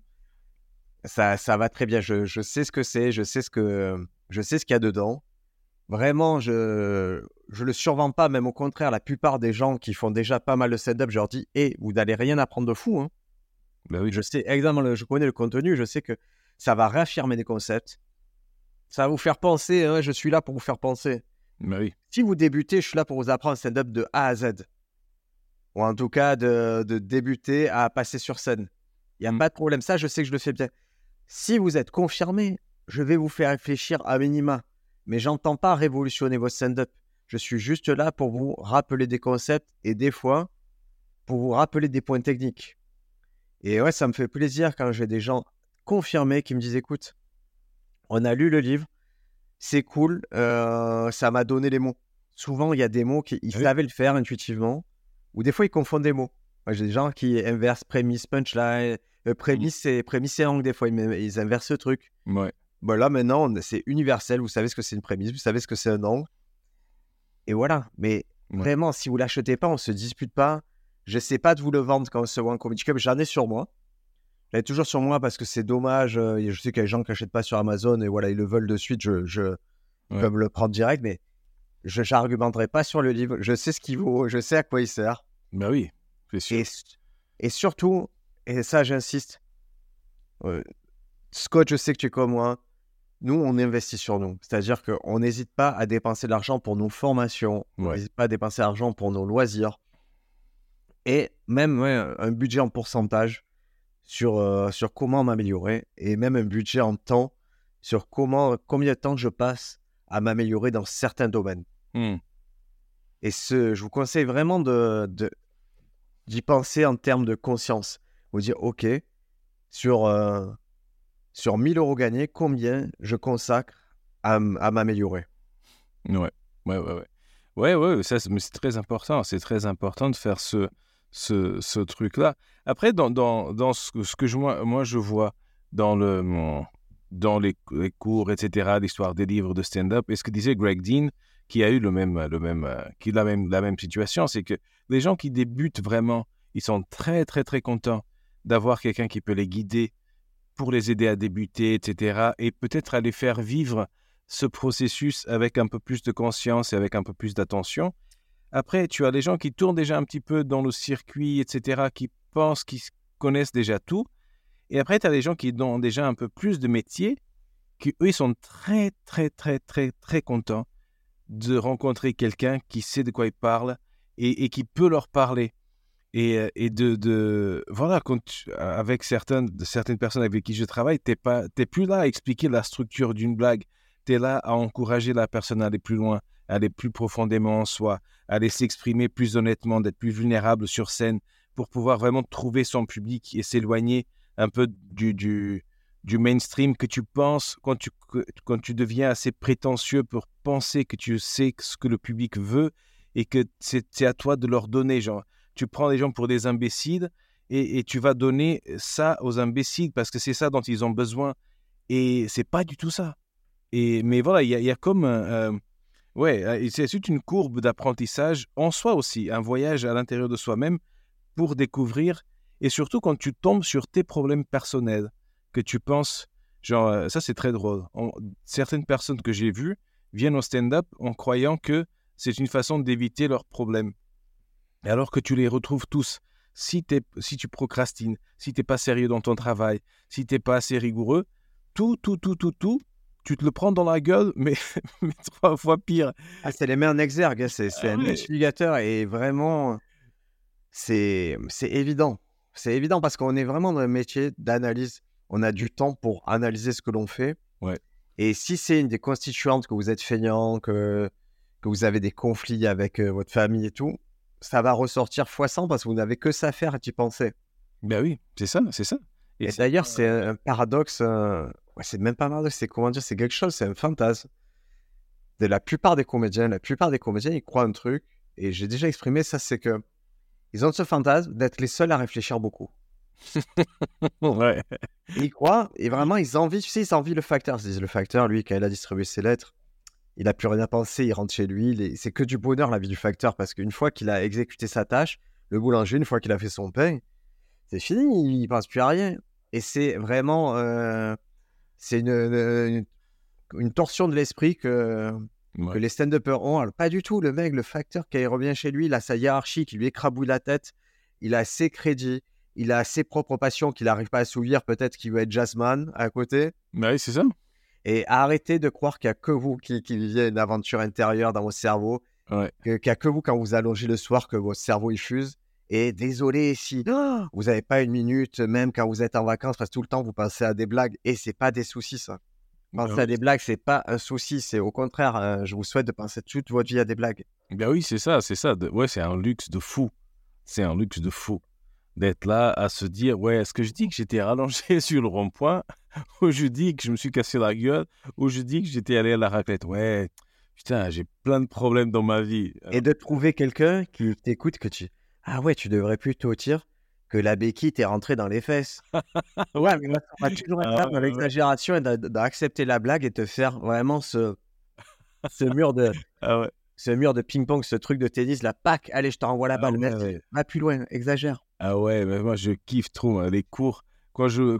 Ça va très bien. Je sais ce que c'est. Je sais ce qu'il y a dedans. Vraiment, je le survends pas. Même au contraire, la plupart des gens qui font déjà pas mal de stand-up, je leur dis, vous n'allez rien apprendre de fou. Hein. Bah oui. Je sais exactement, je connais le contenu. Je sais que ça va réaffirmer des concepts. Ça va vous faire penser. Hein, je suis là pour vous faire penser. Bah oui. Si vous débutez, je suis là pour vous apprendre le stand-up de A à Z. Ou en tout cas, de débuter à passer sur scène. Il n'y a pas de problème. Ça, je sais que je le fais bien. Si vous êtes confirmé, je vais vous faire réfléchir à minima. Mais j'entends pas révolutionner votre stand-up. Je suis juste là pour vous rappeler des concepts et des fois, pour vous rappeler des points techniques. Et ouais, ça me fait plaisir quand j'ai des gens confirmés qui me disent, écoute, on a lu le livre, c'est cool, ça m'a donné les mots. Souvent, il y a des mots qu'ils Oui. savaient le faire intuitivement, ou des fois, ils confondent des mots. Moi, j'ai des gens qui inversent prémisse, punchline, prémisse et angle, des fois, ils inversent ce truc. Ouais. Bon, là, maintenant, c'est universel, vous savez ce que c'est une prémisse, vous savez ce que c'est un angle. Et voilà, mais Ouais. vraiment, si vous l'achetez pas, on se dispute pas. Je sais pas de vous le vendre quand on se voit en Comedy Club, j'en ai sur moi. J'en ai toujours sur moi parce que c'est dommage. Je sais qu'il y a des gens qui n'achètent pas sur Amazon et voilà, ils le veulent de suite. Ils peuvent le prendre direct, mais je n'argumenterai pas sur le livre. Je sais ce qu'il vaut, je sais à quoi il sert. Bah oui, c'est sûr. Et surtout, et ça j'insiste, Scott, je sais que tu es comme moi. Nous, on investit sur nous. C'est-à-dire qu'on n'hésite pas à dépenser de l'argent pour nos formations. On n'hésite pas à dépenser de l'argent pour nos loisirs. Et même un budget en pourcentage sur comment m'améliorer. Et même un budget en temps sur combien de temps je passe à m'améliorer dans certains domaines. Et je vous conseille vraiment d'y penser en termes de conscience. Vous dire, OK, sur 1000 euros gagnés, combien je consacre à m'améliorer. Ouais, ouais, ouais, ouais. Ouais, ça, mais c'est très important. C'est très important de faire ce truc-là. Après, dans ce que moi, je vois dans les cours, etc., l'histoire des livres de stand-up, et ce que disait Greg Dean, qui a eu la même situation, c'est que les gens qui débutent vraiment, ils sont très, très, très contents d'avoir quelqu'un qui peut les guider pour les aider à débuter, etc. Et peut-être à les faire vivre ce processus avec un peu plus de conscience et avec un peu plus d'attention. Après, tu as les gens qui tournent déjà un petit peu dans le circuit, etc., qui pensent qu'ils connaissent déjà tout. Et après, tu as les gens qui ont déjà un peu plus de métier, qui, eux, ils sont très, très, très, très, très contents de rencontrer quelqu'un qui sait de quoi il parle et qui peut leur parler. Et voilà, avec certaines personnes avec qui je travaille, t'es plus là à expliquer la structure d'une blague. Tu es là à encourager la personne à aller plus loin, à aller plus profondément en soi, à aller s'exprimer plus honnêtement, d'être plus vulnérable sur scène pour pouvoir vraiment trouver son public et s'éloigner un peu du mainstream que tu penses quand tu deviens assez prétentieux pour penser que tu sais ce que le public veut et que c'est à toi de leur donner, genre. tu prends les gens pour des imbéciles et tu vas donner ça aux imbéciles parce que c'est ça dont ils ont besoin. Et c'est pas du tout ça. Mais voilà, il y a comme c'est toute une courbe d'apprentissage en soi aussi, un voyage à l'intérieur de soi-même pour découvrir, et surtout quand tu tombes sur tes problèmes personnels, que tu penses, genre, ça c'est très drôle. Certaines personnes que j'ai vues viennent au stand-up en croyant que c'est une façon d'éviter leurs problèmes. Alors que tu les retrouves tous. Si tu procrastines, si tu n'es pas sérieux dans ton travail, si tu n'es pas assez rigoureux, tout, tu te le prends dans la gueule, mais 3 fois pire. Ah, c'est les mains en exergue, hein, c'est un multiplicateur et vraiment, c'est évident. C'est évident parce qu'on est vraiment dans un métier d'analyse. On a du temps pour analyser ce que l'on fait. Ouais. Et si c'est une des constituantes que vous êtes feignant, que vous avez des conflits avec votre famille et tout, ça va ressortir fois 100 parce que vous n'avez que ça à faire et t'y penser. Ben oui, c'est ça. Et d'ailleurs, c'est un paradoxe, c'est même pas un paradoxe, c'est comment dire, c'est quelque chose, c'est un fantasme. De la plupart des comédiens, ils croient un truc, et j'ai déjà exprimé ça, c'est que ils ont ce fantasme d'être les seuls à réfléchir beaucoup. Ouais. Et ils croient, et vraiment, ils envient le facteur. Ils se disent, le facteur, lui, quand il a distribué ses lettres, il n'a plus rien à penser, il rentre chez lui, c'est que du bonheur la vie du facteur, parce qu'une fois qu'il a exécuté sa tâche, le boulanger, une fois qu'il a fait son pain, c'est fini, il ne pense plus à rien. Et c'est vraiment, c'est une torsion de l'esprit que les stand-uppers ont. Alors, pas du tout, le mec, le facteur, quand il revient chez lui, il a sa hiérarchie qui lui écrabouille la tête, il a ses crédits, il a ses propres passions qu'il n'arrive pas à assouvir, peut-être qu'il veut être jazzman à côté. Bah oui, c'est ça. Et arrêtez de croire qu'il n'y a que vous qui vivez une aventure intérieure dans vos cerveaux, qu'il n'y a que vous quand vous allongez le soir que votre cerveau il fuse. Et désolé si vous n'avez pas une minute, même quand vous êtes en vacances, parce que tout le temps vous pensez à des blagues, et c'est pas des soucis ça. Penser à des blagues, c'est pas un souci, c'est au contraire, je vous souhaite de penser toute votre vie à des blagues. Ben oui, c'est ça. Ouais, c'est un luxe de fou. C'est un luxe de fou d'être là à se dire, ouais, est-ce que je dis que j'étais rallongé sur le rond-point, ou je dis que je me suis cassé la gueule, ou je dis que j'étais allé à la raclette. Ouais, putain, j'ai plein de problèmes dans ma vie. Et de trouver quelqu'un qui t'écoute, que tu... Ah ouais, tu devrais plutôt dire que la béquille t'est rentrée dans les fesses. Ouais, mais moi, ça va toujours être là dans l'exagération et d'accepter la blague et te faire vraiment ce mur de... Ce mur de ping-pong, ce truc de tennis, la PAC, allez, je te renvoie la balle, va plus loin, exagère. Ah ouais, mais moi je kiffe trop les cours. Quand je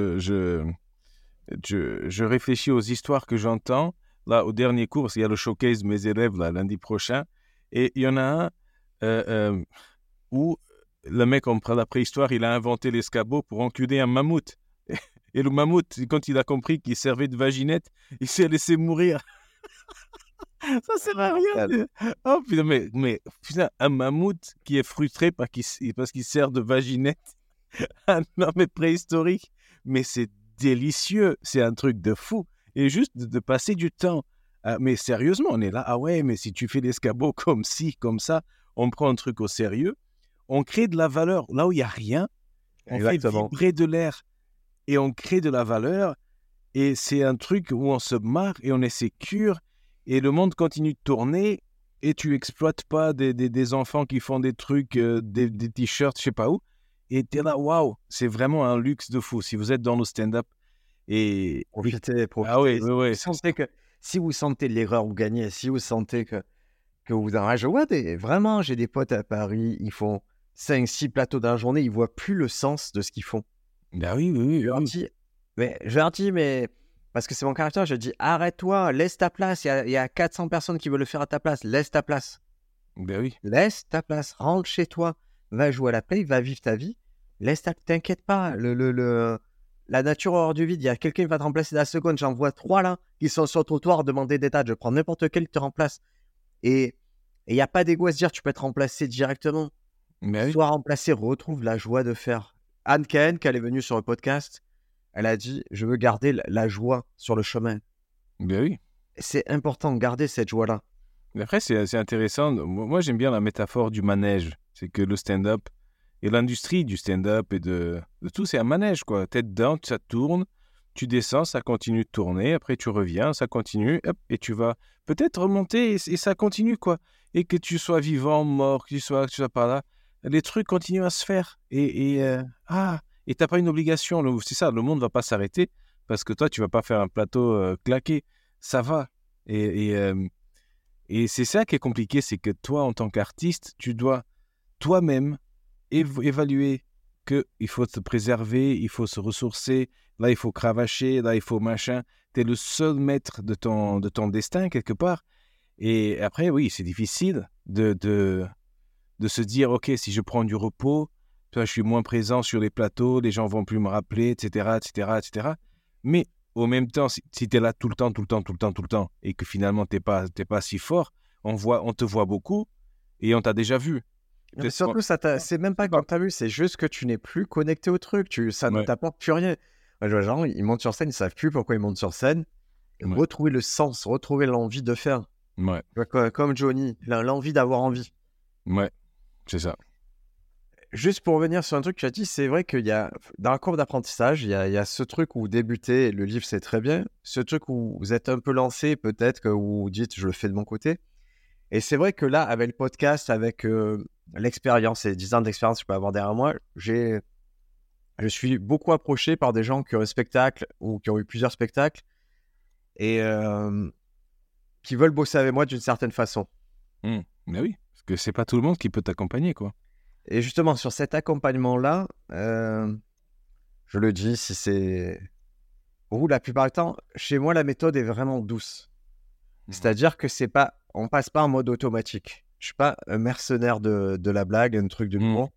réfléchis aux histoires que j'entends, là au dernier cours, il y a le showcase de mes élèves là, lundi prochain, et il y en a un où le mec, après la préhistoire, il a inventé l'escabeau pour enculer un mammouth. Et le mammouth, quand il a compris qu'il servait de vaginette, il s'est laissé mourir. Ça sert à rien. Oh putain, mais putain, un mammouth qui est frustré parce qu'il sert de vaginette. Un homme préhistorique. Mais c'est délicieux. C'est un truc de fou. Et juste de passer du temps. Mais sérieusement, on est là. Ah ouais, mais si tu fais l'escabeau comme ci, comme ça, on prend un truc au sérieux. On crée de la valeur. Là où il n'y a rien, on fait vibrer de l'air. Et on crée de la valeur. Et c'est un truc où on se marre et on est sécure. Et le monde continue de tourner et tu exploites pas des enfants qui font des trucs, des t-shirts, je sais pas où. Et tu es là, waouh, c'est vraiment un luxe de fou. Si vous êtes dans le stand-up et... Profitez. Ah oui. Si vous sentez l'erreur, vous gagnez. Si vous sentez que vous en ragez, vraiment, j'ai des potes à Paris, ils font 5-6 plateaux dans la journée, ils voient plus le sens de ce qu'ils font. Ben oui. Je leur dis, mais... Parce que c'est mon caractère, je dis arrête-toi, laisse ta place. Il y a 400 personnes qui veulent le faire à ta place. Laisse ta place. Ben oui. Laisse ta place. Rentre chez toi. Va jouer à la play, va vivre ta vie. T'inquiète pas. La nature hors du vide, il y a quelqu'un qui va te remplacer dans la seconde. J'en vois 3 là qui sont sur le trottoir demander des dates. Je prends n'importe quel qui te remplace. Et il n'y a pas d'ego à se dire tu peux être remplacé directement. Ben Sois remplacé, retrouve la joie de faire. Anne Cahen, quand elle est venue sur le podcast, elle a dit, je veux garder la joie sur le chemin. Ben oui. C'est important de garder cette joie-là. Après, c'est intéressant. Moi, j'aime bien la métaphore du manège. C'est que le stand-up et l'industrie du stand-up et de tout, c'est un manège, quoi. T'es dedans, ça tourne, tu descends, ça continue de tourner. Après, tu reviens, ça continue, hop, et tu vas peut-être remonter et ça continue, quoi. Et que tu sois vivant, mort, que tu sois pas là, les trucs continuent à se faire. Et t'as pas une obligation. C'est ça, le monde va pas s'arrêter parce que toi, tu vas pas faire un plateau claqué. Ça va. Et c'est ça qui est compliqué, c'est que toi, en tant qu'artiste, tu dois toi-même évaluer qu'il faut se préserver, il faut se ressourcer, là, il faut cravacher, là, il faut machin. Tu es le seul maître de ton destin, quelque part. Et après, oui, c'est difficile de se dire, OK, si je prends du repos, toi, je suis moins présent sur les plateaux, les gens vont plus me rappeler, etc., etc., etc. Mais au même temps, si tu es là tout le temps, et que finalement, t'es pas si fort, on te voit beaucoup et on t'a déjà vu. Mais surtout, c'est même pas quand t'as vu, c'est juste que tu n'es plus connecté au truc. Ça ne t'apporte plus rien. Moi, je vois gens, ils montent sur scène, ils savent plus pourquoi ils montent sur scène. Retrouver le sens, retrouver l'envie de faire. Ouais. Comme Johnny, l'envie d'avoir envie. Ouais, c'est ça. Juste pour revenir sur un truc que tu as dit, c'est vrai qu'il y a, dans la courbe d'apprentissage, il y a ce truc où débuter, le livre c'est très bien, ce truc où vous êtes un peu lancé, peut-être que vous dites je le fais de mon côté. Et c'est vrai que là, avec le podcast, avec l'expérience et 10 ans d'expérience que je peux avoir derrière moi, je suis beaucoup approché par des gens qui ont un spectacle ou qui ont eu plusieurs spectacles et qui veulent bosser avec moi d'une certaine façon. Mais oui, parce que c'est pas tout le monde qui peut t'accompagner, quoi. Et justement, sur cet accompagnement-là, je le dis, si c'est... Ou la plupart du temps, chez moi, la méthode est vraiment douce. C'est-à-dire que c'est pas... On passe pas en mode automatique. Je suis pas un mercenaire de la blague, un truc de l'humour.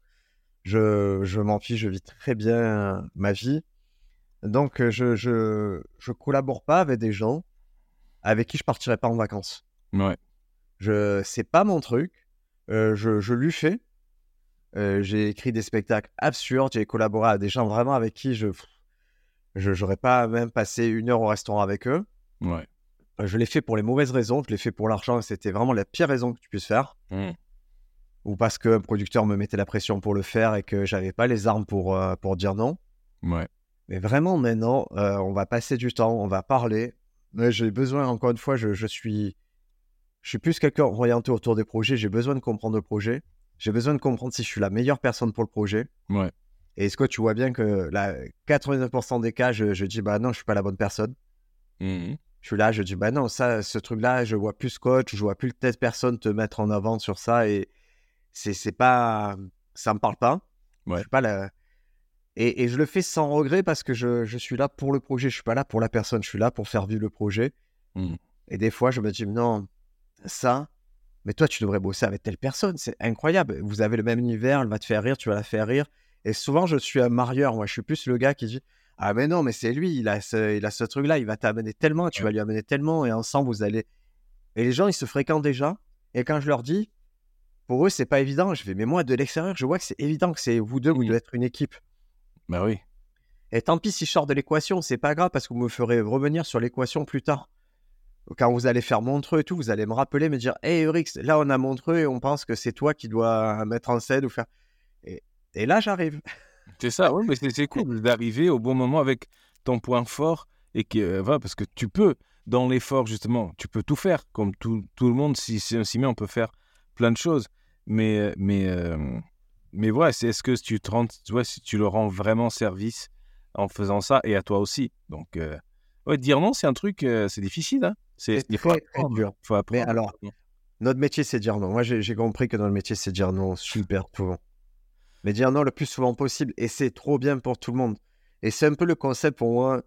Je m'en fiche, je vis très bien ma vie. Donc, je collabore pas avec des gens avec qui je partirais pas en vacances. Ouais. C'est pas mon truc. Je lui fais. J'ai écrit des spectacles absurdes, j'ai collaboré avec des gens vraiment avec qui je n'aurais pas même passé 1 heure au restaurant avec eux. Ouais. Je l'ai fait pour les mauvaises raisons, je l'ai fait pour l'argent, c'était vraiment la pire raison que tu puisses faire. Ou parce qu'un producteur me mettait la pression pour le faire et que j'avais pas les armes pour dire non. Ouais. Mais vraiment maintenant, on va passer du temps, on va parler. Mais j'ai besoin, encore une fois, je suis plus quelqu'un orienté autour des projets, j'ai besoin de comprendre le projet. J'ai besoin de comprendre si je suis la meilleure personne pour le projet. Ouais. Et est-ce que tu vois bien que là, 89% des cas, je dis bah non, je suis pas la bonne personne. Je suis là, je dis bah non, ce truc-là, je vois plus coach, je vois plus telle personne te mettre en avant sur ça et c'est pas, ça me parle pas. Ouais. Je suis pas là. Et je le fais sans regret parce que je suis là pour le projet, je suis pas là pour la personne, je suis là pour faire vivre le projet. Et des fois, je me dis non, ça. Mais toi, tu devrais bosser avec telle personne, c'est incroyable. Vous avez le même univers, elle va te faire rire, tu vas la faire rire. Et souvent, je suis un marieur. Moi, je suis plus le gars qui dit ah, mais non, mais c'est lui, il a ce truc-là, il va t'amener tellement, tu vas lui amener tellement, et ensemble, vous allez. Et les gens, ils se fréquentent déjà. Et quand je leur dis, pour eux, c'est pas évident, je fais mais moi, de l'extérieur, je vois que c'est évident que c'est vous deux, vous devez être une équipe. Bah oui. Et tant pis si je sors de l'équation, c'est pas grave parce que vous me ferez revenir sur l'équation plus tard. Quand vous allez faire Montreux et tout, vous allez me rappeler, me dire « Hey Eurix, là on a Montreux et on pense que c'est toi qui dois mettre en scène ou faire... » Et là, j'arrive. C'est ça, oui, mais c'est cool d'arriver au bon moment avec ton point fort et que, parce que tu peux, dans l'effort justement, tu peux tout faire, comme tout le monde, si on s'y met, on peut faire plein de choses. Mais voilà, c'est est-ce que si tu leur rends vraiment service en faisant ça et à toi aussi. Donc, dire non, c'est un truc, c'est difficile, hein. C'est très, très dur. Faut apprendre. Mais alors, notre métier, c'est dire non. Moi, j'ai compris que notre métier, c'est dire non super souvent. Mais dire non le plus souvent possible. Et c'est trop bien pour tout le monde. Et c'est un peu le concept pour moi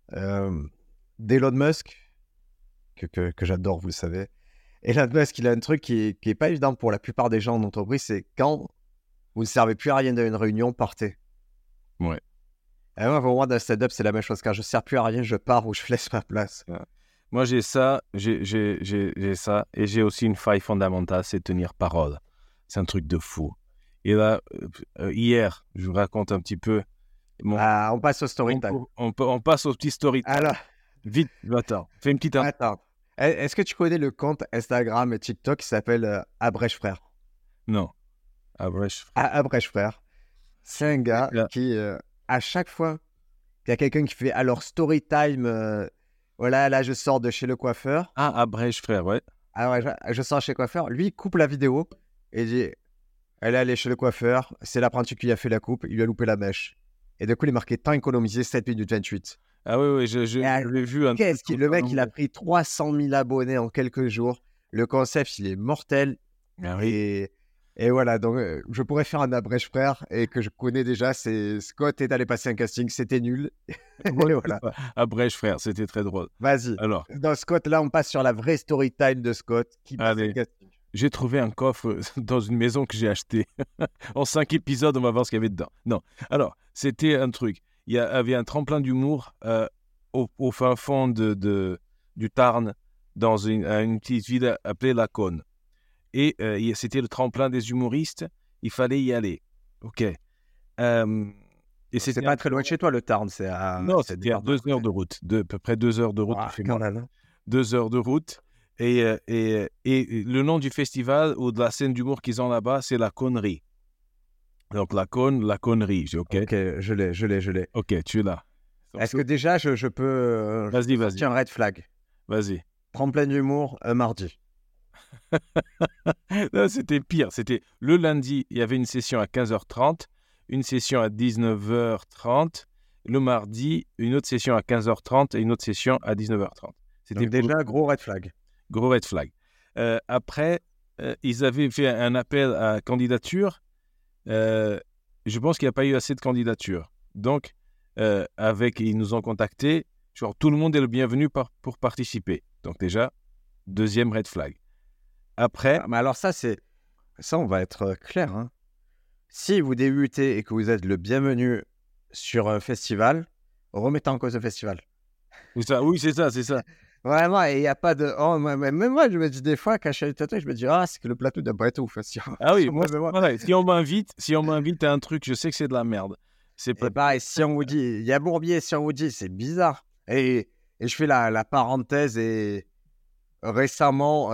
d'Elon Musk, que j'adore, vous le savez. Elon Musk, il a un truc qui est pas évident pour la plupart des gens en entreprise, c'est quand vous ne servez plus à rien dans une réunion, partez. Ouais. Et moi, pour moi, dans le stand-up, c'est la même chose. Quand je ne sers plus à rien, je pars ou je laisse ma place. Ouais. Moi, j'ai ça, j'ai ça, et j'ai aussi une faille fondamentale, c'est tenir parole. C'est un truc de fou. Et là, hier, je vous raconte un petit peu. On passe au story time. On passe au petit story time. Alors, vite, attends, fais une petite... Attends. Est-ce que tu connais le compte Instagram et TikTok qui s'appelle Abrèche Frère? Non. Abrèche Frère. Abrèche Frère. C'est un gars qui, à chaque fois qu'il y a quelqu'un qui fait alors story time... Voilà, là, je sors de chez le coiffeur. Abrèche Frère, ouais. Alors, je sors chez le coiffeur. Lui, il coupe la vidéo et dit Elle est allée chez le coiffeur, c'est l'apprenti qui lui a fait la coupe, il lui a loupé la mèche. Et du coup, il est marqué temps économisé 7 minutes 28. Ah oui, oui, je l'ai vu un truc comme Le ça, mec, non, il a mais- pris 300 000 abonnés en quelques jours. Le concept, il est mortel. Ah oui. Et voilà, donc je pourrais faire un abrège frère et que je connais déjà, c'est Scott est allé passer un casting, c'était nul. Et voilà, À Brèche, frère, c'était très drôle. vas-y. Alors, Dans Scott, là, on passe sur la vraie story time de Scott qui passe un allez, casting. j'ai trouvé un coffre dans une maison que j'ai acheté. En 5 épisodes, on va voir ce qu'il y avait dedans. Non. Alors, c'était un truc. Il y avait un tremplin d'humour au fin fond du Tarn, dans une petite ville appelée Laconne. Et c'était le tremplin des humoristes. Il fallait y aller. OK. Et C'est c'était pas très loin de chez toi, le Tarn, c'est à... Non, c'est c'était à 2 heures de route. À peu près 2 heures de route. Ah, Tu fais quand moins. même, hein. 2 heures de route. Et le nom du festival ou de la scène d'humour qu'ils ont là-bas, c'est la connerie. Donc la connerie. J'ai OK. Ok, je l'ai. OK, tu es là. Est-ce que déjà, je peux Vas-y, sortir un red flag? vas-y. Tremplin d'humour, un mardi. Non, c'était pire. C'était le lundi, il y avait une session à 15h30, une session à 19h30. Le mardi, une autre session à 15h30 et une autre session à 19h30. C'était Donc déjà, gros red flag. gros red flag. Après, ils avaient fait un appel à candidature. Je pense qu'il n'y a pas eu assez de candidatures. Donc, ils nous ont contactés. Genre, tout le monde est le bienvenu pour participer. Donc déjà, deuxième red flag. Après, Ah, mais alors ça, on va être clair, hein. Si vous débutez et que vous êtes le bienvenu sur un festival, remettez en cause le festival. oui, c'est ça. Vraiment, et il n'y a pas de... Oh, même moi, je me dis des fois, quand je suis à l'état, je me dis, ah, c'est que le plateau doit pas être ouf. Ah oui, Moi, voilà, si on m'invite à un truc, je sais que c'est de la merde. C'est pas... et pareil, si on vous dit, il y a Bourbier, si on vous dit, c'est bizarre. Et je fais la parenthèse, et récemment,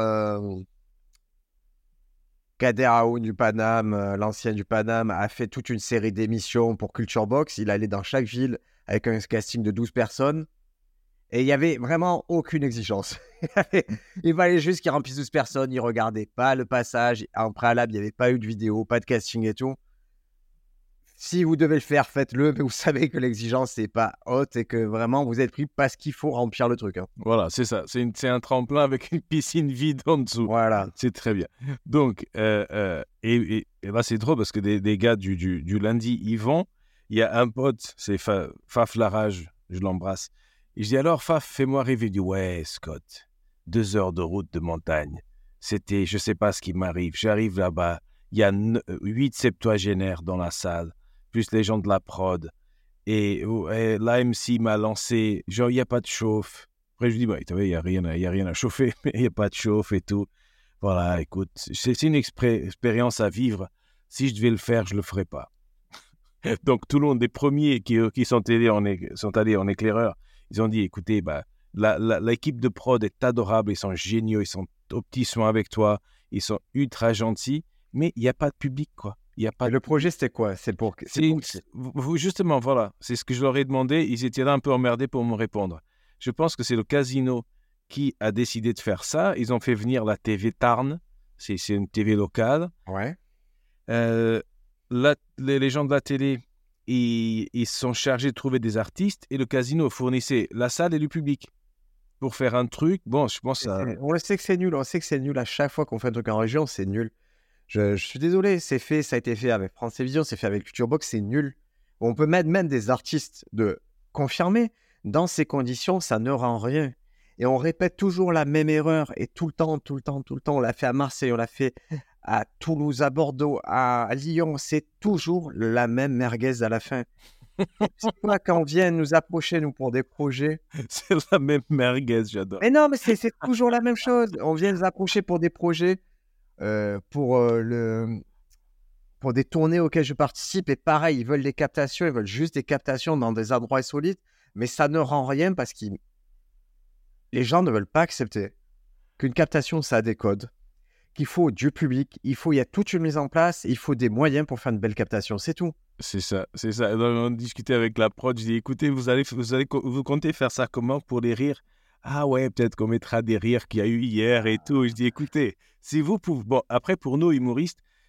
Kader Aoun du Paname, l'ancien du Paname, a fait toute une série d'émissions pour Culture Box. Il allait dans chaque ville avec un casting de 12 personnes. Et il n'y avait vraiment aucune exigence. Il fallait juste qu'ils remplissent 12 personnes. Ils ne regardaient pas le passage. En préalable, il n'y avait pas eu de vidéo, pas de casting et tout. Si vous devez le faire, faites-le. Mais vous savez que l'exigence n'est pas haute et que vraiment, vous êtes pris parce qu'il faut remplir le truc, hein. Voilà, c'est ça. C'est un tremplin avec une piscine vide en dessous. Voilà. C'est très bien. Donc, et là, c'est drôle parce que des gars du lundi, ils vont. Il y a un pote, c'est Faf Larage, je l'embrasse. Et je dis alors, Faf, fais-moi rêver. Il dit, ouais, Scott, 2 heures de route de montagne. C'était, je sais pas ce qui m'arrive. J'arrive là-bas, il y a 8 septuagénaires dans la salle, plus les gens de la prod. Et l'AMC m'a lancé, genre, il n'y a pas de chauffe. Après, je dis, bah, il n'y a rien à chauffer, mais il n'y a pas de chauffe et tout. Voilà, écoute, c'est une expérience à vivre. Si je devais le faire, je ne le ferais pas. Donc, tout le monde, des premiers qui sont allés en éclaireur, ils ont dit, écoutez, bah, l'équipe de prod est adorable, ils sont géniaux, ils sont aux petits soins avec toi, ils sont ultra gentils, mais il n'y a pas de public, quoi. Il y a pas Et le projet, c'était quoi? C'est pour qui? Justement, voilà, c'est ce que je leur ai demandé. Ils étaient là un peu emmerdés pour me répondre. Je pense que c'est le casino qui a décidé de faire ça. Ils ont fait venir la TV Tarn, c'est une TV locale. Ouais. Les gens de la télé, ils sont chargés de trouver des artistes et le casino fournissait la salle et le public pour faire un truc. Bon, je pense ça... On le sait que c'est nul. On sait que c'est nul à chaque fois qu'on fait un truc en région, c'est nul. Je suis désolé, ça a été fait avec France Télévisions, c'est fait avec Culture Box, c'est nul. On peut mettre même des artistes de confirmer. Dans ces conditions, ça ne rend rien. Et on répète toujours la même erreur. Et tout le temps. On l'a fait à Marseille, on l'a fait à Toulouse, à Bordeaux, à Lyon. C'est toujours la même merguez à la fin. C'est pas quand on vient nous approcher, nous, pour des projets. C'est la même merguez, j'adore. Mais non, mais c'est toujours la même chose. On vient nous approcher pour des projets. Pour des tournées auxquelles je participe, et pareil, ils veulent des captations, ils veulent juste des captations dans des endroits insolites, mais ça ne rend rien parce que les gens ne veulent pas accepter qu'une captation, ça a des codes, qu'il faut du public, il y a toute une mise en place, il faut des moyens pour faire une belle captation, c'est tout. C'est ça. On discutait avec la prod, je dis, écoutez, vous comptez faire ça comment pour les rires? Ah ouais, peut-être qu'on mettra des rires qu'il y a eu hier et tout. Je dis, écoutez, si vous pouvez... Bon, après, pour nous, humoristes,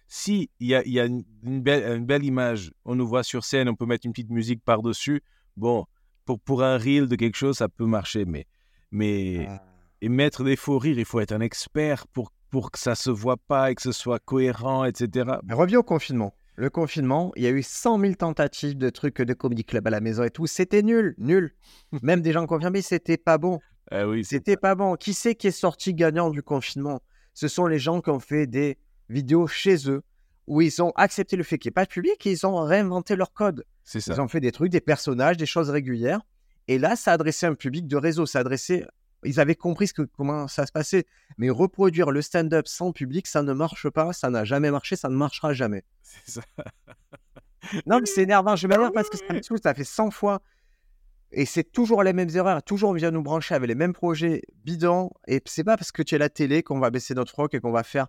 Si il y a une belle image, on nous voit sur scène, on peut mettre une petite musique par-dessus. Bon, pour un reel de quelque chose, ça peut marcher, mais Ah. et mettre des faux rires, il faut être un expert pour que ça se voit pas et que ce soit cohérent, etc. Mais reviens au confinement. Le confinement, il y a eu 100 000 tentatives de trucs de comedy club à la maison et tout. C'était nul, nul. Même des gens confirmés, c'était pas bon. Ah oui, C'était pas bon. Qui c'est qui est sorti gagnant du confinement? Ce sont les gens qui ont fait des vidéos chez eux, où ils ont accepté le fait qu'il n'y ait pas de public et ils ont réinventé leur code. c'est Ils ça. ont fait des trucs, des personnages, des choses régulières. Et là, ça adressait un public de réseau. Ils avaient compris comment ça se passait. Mais reproduire le stand-up sans public, ça ne marche pas. Ça n'a jamais marché. Ça ne marchera jamais. C'est ça. Non, mais c'est énervant. Je m'énerve parce que ça me saoule. Ça fait 100 fois. Et c'est toujours les mêmes erreurs. Toujours, on vient nous brancher avec les mêmes projets bidons. Et c'est pas parce que tu es la télé qu'on va baisser notre rock et qu'on va faire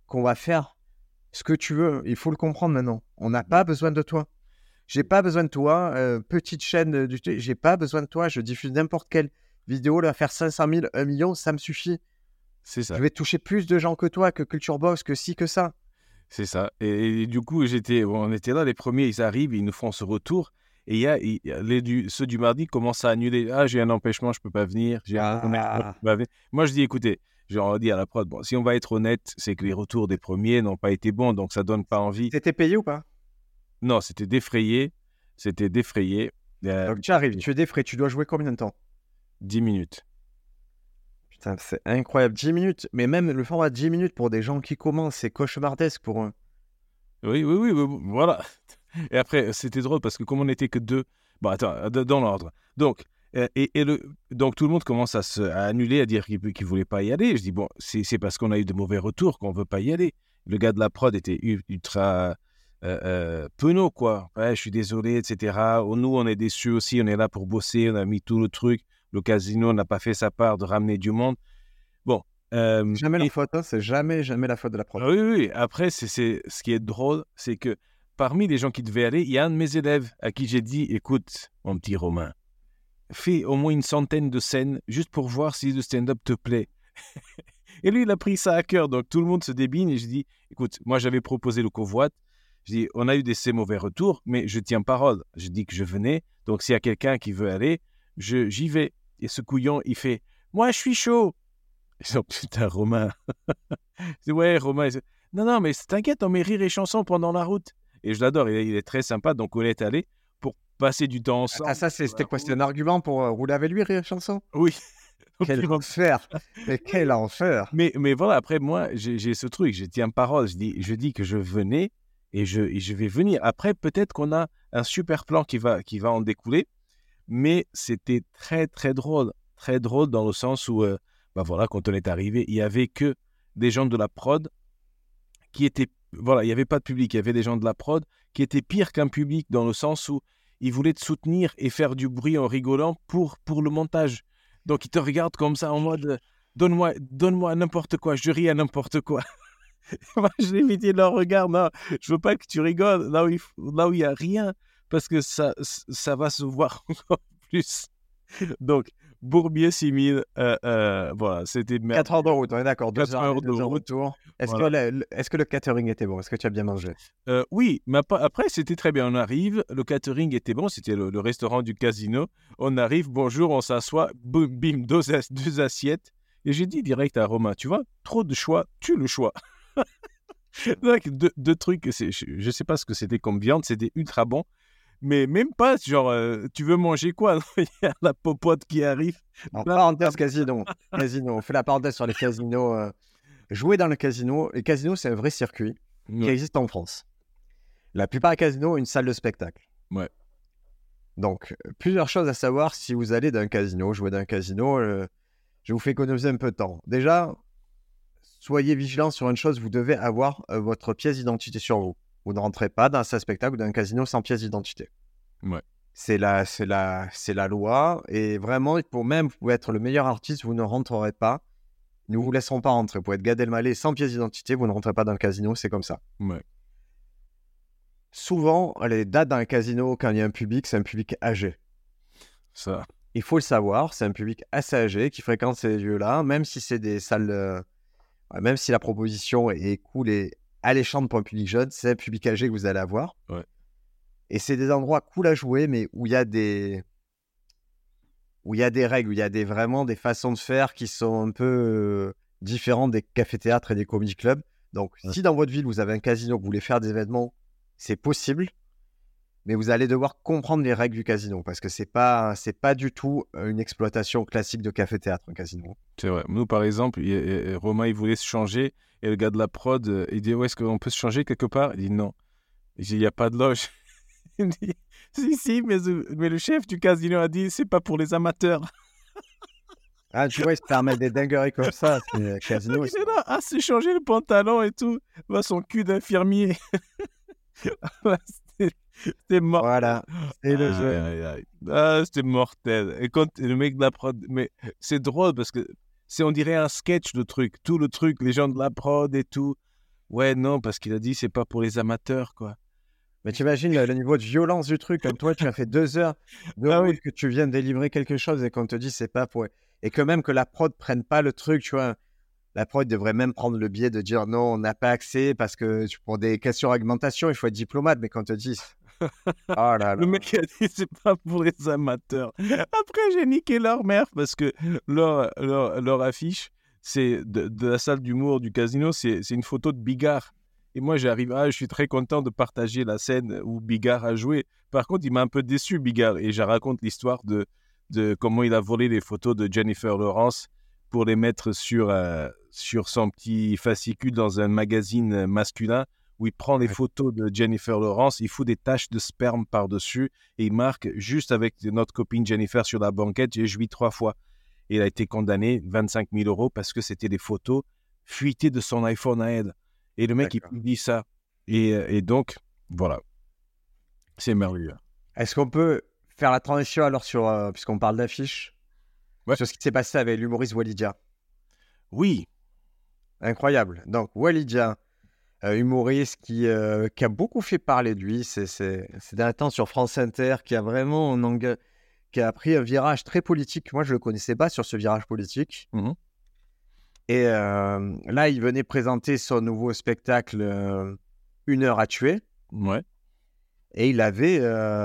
ce que tu veux. Il faut le comprendre maintenant. On n'a pas besoin de toi. J'ai pas besoin de toi. Petite chaîne du j'ai pas besoin de toi. Je diffuse n'importe quelle vidéo. Là, faire 500 000, 1 million, ça me suffit. C'est ça. Je vais toucher plus de gens que toi, que Culture Box, que ci, que ça. C'est ça. Et du coup, on était là, les premiers, ils arrivent, ils nous font ce retour. Et ceux du mardi commencent à annuler. Ah, j'ai un empêchement, je peux pas venir. J'ai un empêchement, je peux pas venir. Moi, je dis, écoutez, je dis à la prod, bon, si on va être honnête, c'est que les retours des premiers n'ont pas été bons, donc ça donne pas envie. C'était payé ou pas? Non, c'était défrayé. C'était défrayé. Donc tu arrives, tu es défrayé. Tu dois jouer combien de temps? 10 minutes. Putain, c'est incroyable. 10 minutes. Mais même le format 10 minutes pour des gens qui commencent, c'est cauchemardesque pour eux. Oui, voilà. Et après, c'était drôle parce que comme on n'était que deux, bon, attends, dans l'ordre. Donc, donc tout le monde commence à annuler, à dire qu'il ne voulait pas y aller. Je dis, bon, c'est parce qu'on a eu de mauvais retours qu'on ne veut pas y aller. Le gars de la prod était ultra penaud, quoi. Ouais, je suis désolé, etc. Nous, on est déçus aussi, on est là pour bosser, on a mis tout le truc. Le casino n'a pas fait sa part de ramener du monde. Bon. Jamais leur faute, hein, c'est jamais la faute de la prod. Oui. Après, ce qui est drôle, c'est que parmi les gens qui devaient aller, il y a un de mes élèves à qui j'ai dit, écoute, mon petit Romain, fais au moins une centaine de scènes juste pour voir si le stand-up te plaît. Et lui, il a pris ça à cœur. Donc, tout le monde se débine et je dis, écoute, moi, j'avais proposé le convoi. Je dis, on a eu ces mauvais retours, mais je tiens parole. Je dis que je venais. Donc, s'il y a quelqu'un qui veut aller, j'y vais. Et ce couillon, il fait, moi, je suis chaud. Ils sont putain, Romain. Je dis, ouais, Romain. Non, mais t'inquiète, on met rire et chanson pendant la route. Et je l'adore, il est très sympa. Donc, on est allé pour passer du temps ensemble. Ah, ça, c'était quoi? C'était un argument pour rouler avec lui, rire chanson? Oui. Quel enfer! Mais quel enfer! Mais voilà, après, moi, j'ai ce truc, je tiens parole. Je dis que je venais et je vais venir. Après, peut-être qu'on a un super plan qui va en découler. Mais c'était très, très drôle. Très drôle dans le sens où, voilà, quand on est arrivé, il n'y avait que des gens de la prod qui étaient... Voilà, il n'y avait pas de public. Il y avait des gens de la prod qui étaient pires qu'un public dans le sens où ils voulaient te soutenir et faire du bruit en rigolant pour le montage. Donc, ils te regardent comme ça en mode donne-moi n'importe quoi, je ris à n'importe quoi. Moi, j'ai évité leur regard. Non, je veux pas que tu rigoles là où il n'y a rien parce que ça va se voir encore plus. Donc, Bourbier 6000, voilà, c'était 4 heures de route, on est d'accord. 2 4 heures de retour. Est-ce Voilà. que le catering était bon? Est-ce que tu as bien mangé? Oui, mais après, c'était très bien. On arrive, le catering était bon, c'était le restaurant du casino. On arrive, bonjour, on s'assoit, boum, bim, deux assiettes. Et j'ai dit direct à Romain, tu vois, trop de choix, tue le choix. Donc, deux trucs, je sais pas ce que c'était comme viande, c'était ultra bon. Mais même pas, genre, tu veux manger quoi? Il y a la popote qui arrive. Alors, parenthèse casino. On fait la parenthèse sur les casinos. Jouer dans le casino. Les casinos, c'est un vrai circuit qui existe en France. La plupart des casinos ont une salle de spectacle. Ouais. Donc, plusieurs choses à savoir si vous allez dans un casino, jouer dans un casino. Je vous fais économiser un peu de temps. Déjà, soyez vigilant sur une chose, vous devez avoir votre pièce d'identité sur vous. Vous ne rentrez pas dans un salle de spectacle ou dans un casino sans pièce d'identité. Ouais. C'est la loi. Et vraiment, vous pouvez être le meilleur artiste, vous ne rentrerez pas. Nous ne vous laisserons pas rentrer. Vous pouvez être Gad Elmaleh sans pièce d'identité, vous ne rentrez pas dans le casino, c'est comme ça. Ouais. Souvent, les dates dans un casino, quand il y a un public, c'est un public âgé. Ça. Il faut le savoir, c'est un public assez âgé qui fréquente ces lieux-là, même si c'est des salles... même si la proposition est cool et alléchantes pour un public jeune, c'est un public âgé que vous allez avoir. Ouais. Et c'est des endroits cool à jouer, mais où il y a des règles, où il y a vraiment des façons de faire qui sont un peu différentes des cafés-théâtres et des comedy clubs. Donc, si dans votre ville, vous avez un casino, que vous voulez faire des événements, c'est possible, mais vous allez devoir comprendre les règles du casino, parce que c'est pas du tout une exploitation classique de café-théâtre, un casino. C'est vrai. Nous, par exemple, Romain, il voulait se changer, et le gars de la prod, il dit, ouais, est-ce qu'on peut se changer quelque part? Il dit, non. Il dit, il n'y a pas de loge. Il me dit, si, mais le chef du casino a dit, c'est pas pour les amateurs. Ah, tu vois, ils se permettent des dingueries comme ça, c'est casino. Il est là, se changer le pantalon et tout. Va son cul d'infirmier. C'était mort. Voilà, c'est le jeu. C'était mortel. Et quand le mec de la prod, mais c'est drôle parce que on dirait un sketch, le truc. Tout le truc, les gens de la prod et tout. Ouais, non, parce qu'il a dit, c'est pas pour les amateurs, quoi. Mais tu imagines le niveau de violence du truc, comme toi, tu as fait 2 heures de route que tu viens de délivrer quelque chose et qu'on te dit c'est pas pour... Et que même que la prod prenne pas le truc, tu vois, la prod devrait même prendre le biais de dire non, on n'a pas accès parce que pour des questions d'argumentation, il faut être diplomate, mais qu'on te dise... Oh là là. Le mec a dit c'est pas pour les amateurs. Après, j'ai niqué leur mère parce que leur affiche, c'est de la salle d'humour du casino, c'est une photo de Bigard. Et moi, j'arrive, je suis très content de partager la scène où Bigard a joué. Par contre, il m'a un peu déçu, Bigard. Et je raconte l'histoire de comment il a volé les photos de Jennifer Lawrence pour les mettre sur son petit fascicule dans un magazine masculin où il prend les photos de Jennifer Lawrence, il fout des taches de sperme par-dessus et il marque juste avec notre copine Jennifer sur la banquette, j'ai joui 3 fois. Et il a été condamné 25 000 € parce que c'était des photos fuitées de son iPhone à elle. Et le mec, il publie ça. Et donc, voilà. C'est merveilleux. Est-ce qu'on peut faire la transition alors sur, puisqu'on parle d'affiches, sur ce qui s'est passé avec l'humoriste Walidia? Oui. Incroyable. Donc, Walidia, humoriste qui a beaucoup fait parler de lui ces derniers temps sur France Inter, qui a vraiment qui a pris un virage très politique. Moi, je ne le connaissais pas sur ce virage politique. Mmh. Et là, il venait présenter son nouveau spectacle 1 heure à tuer. Ouais. Et il avait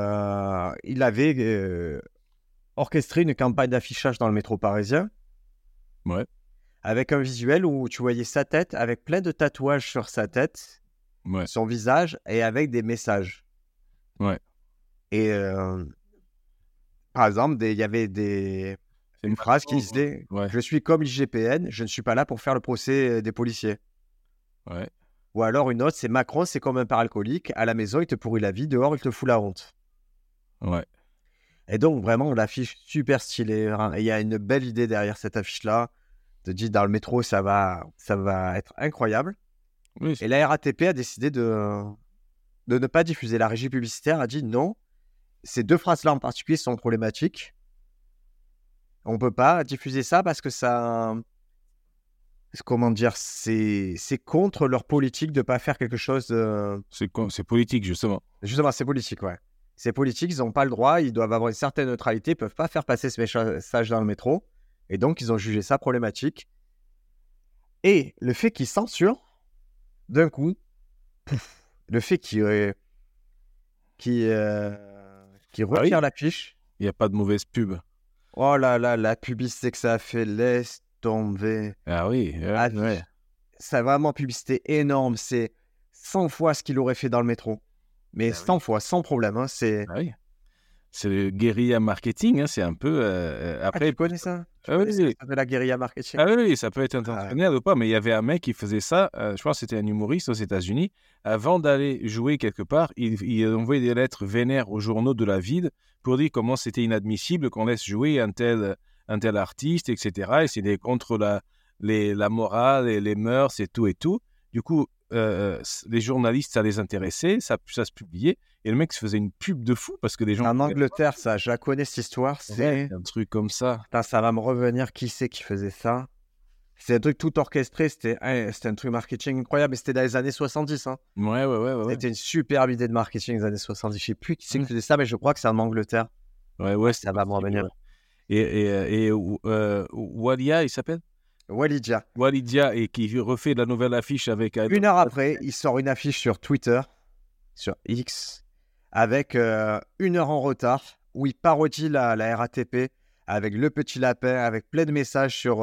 orchestré une campagne d'affichage dans le métro parisien. Ouais. Avec un visuel où tu voyais sa tête avec plein de tatouages sur sa tête, son visage, et avec des messages. Ouais. Et par exemple, il y avait une phrase qui disait « Je suis comme l'IGPN, je ne suis pas là pour faire le procès des policiers. » Ouais. Ou alors une autre, c'est « Macron, c'est comme un père alcoolique, à la maison, il te pourrit la vie, dehors, il te fout la honte. » Ouais. Et donc, vraiment, l'affiche super stylée. Il y a une belle idée derrière cette affiche-là. Te dit dans le métro, ça va être incroyable. Oui. Et la RATP a décidé de ne pas diffuser. La régie publicitaire a dit non, ces 2 phrases-là en particulier sont problématiques. On ne peut pas diffuser ça parce que ça... Comment dire, c'est contre leur politique de ne pas faire quelque chose de... C'est politique, justement. Justement, c'est politique, ouais. C'est politique, ils n'ont pas le droit, ils doivent avoir une certaine neutralité, ils ne peuvent pas faire passer ce message dans le métro. Et donc, ils ont jugé ça problématique. Et le fait qu'ils censurent, d'un coup, le fait qu'ils retirent l'affiche. Il n'y a pas de mauvaise pub. Oh là là, la publicité que ça a fait, laisse tomber. Ah oui, ouais. Ça vraiment publicité énorme. C'est 100 fois ce qu'il aurait fait dans le métro. Mais 100 fois, sans problème. Hein, c'est... Ah oui. C'est le guérilla marketing, hein, c'est un peu... après, tu connais ça? Ça fait la guérilla marketing. Ah oui, ça peut être intentionnel ou pas, mais il y avait un mec qui faisait ça, je pense que c'était un humoriste aux États-Unis, avant d'aller jouer quelque part, il envoyait des lettres vénères aux journaux de la ville pour dire comment c'était inadmissible qu'on laisse jouer un tel artiste, etc. Et c'était contre la morale et les mœurs et tout et tout. Du coup, les journalistes, ça les intéressait, ça se publiait. Et le mec se faisait une pub de fou parce que les gens... En Angleterre, ça, je la connais cette histoire. C'est un truc comme ça. Putain, ça va me revenir qui c'est qui faisait ça. C'est un truc tout orchestré. C'était un truc marketing incroyable. Et c'était dans les années 70. Hein. Ouais. C'était une superbe idée de marketing des années 70. Je ne sais plus qui c'est qui faisait ça, mais je crois que c'est en Angleterre. Ouais, ça va me revenir. Et Walia, il s'appelle? Walidia. Walidia et qui refait la nouvelle affiche avec... Une heure après, il sort une affiche sur Twitter, sur X, avec 1 heure en retard, où il parodie la RATP avec le petit lapin, avec plein de messages sur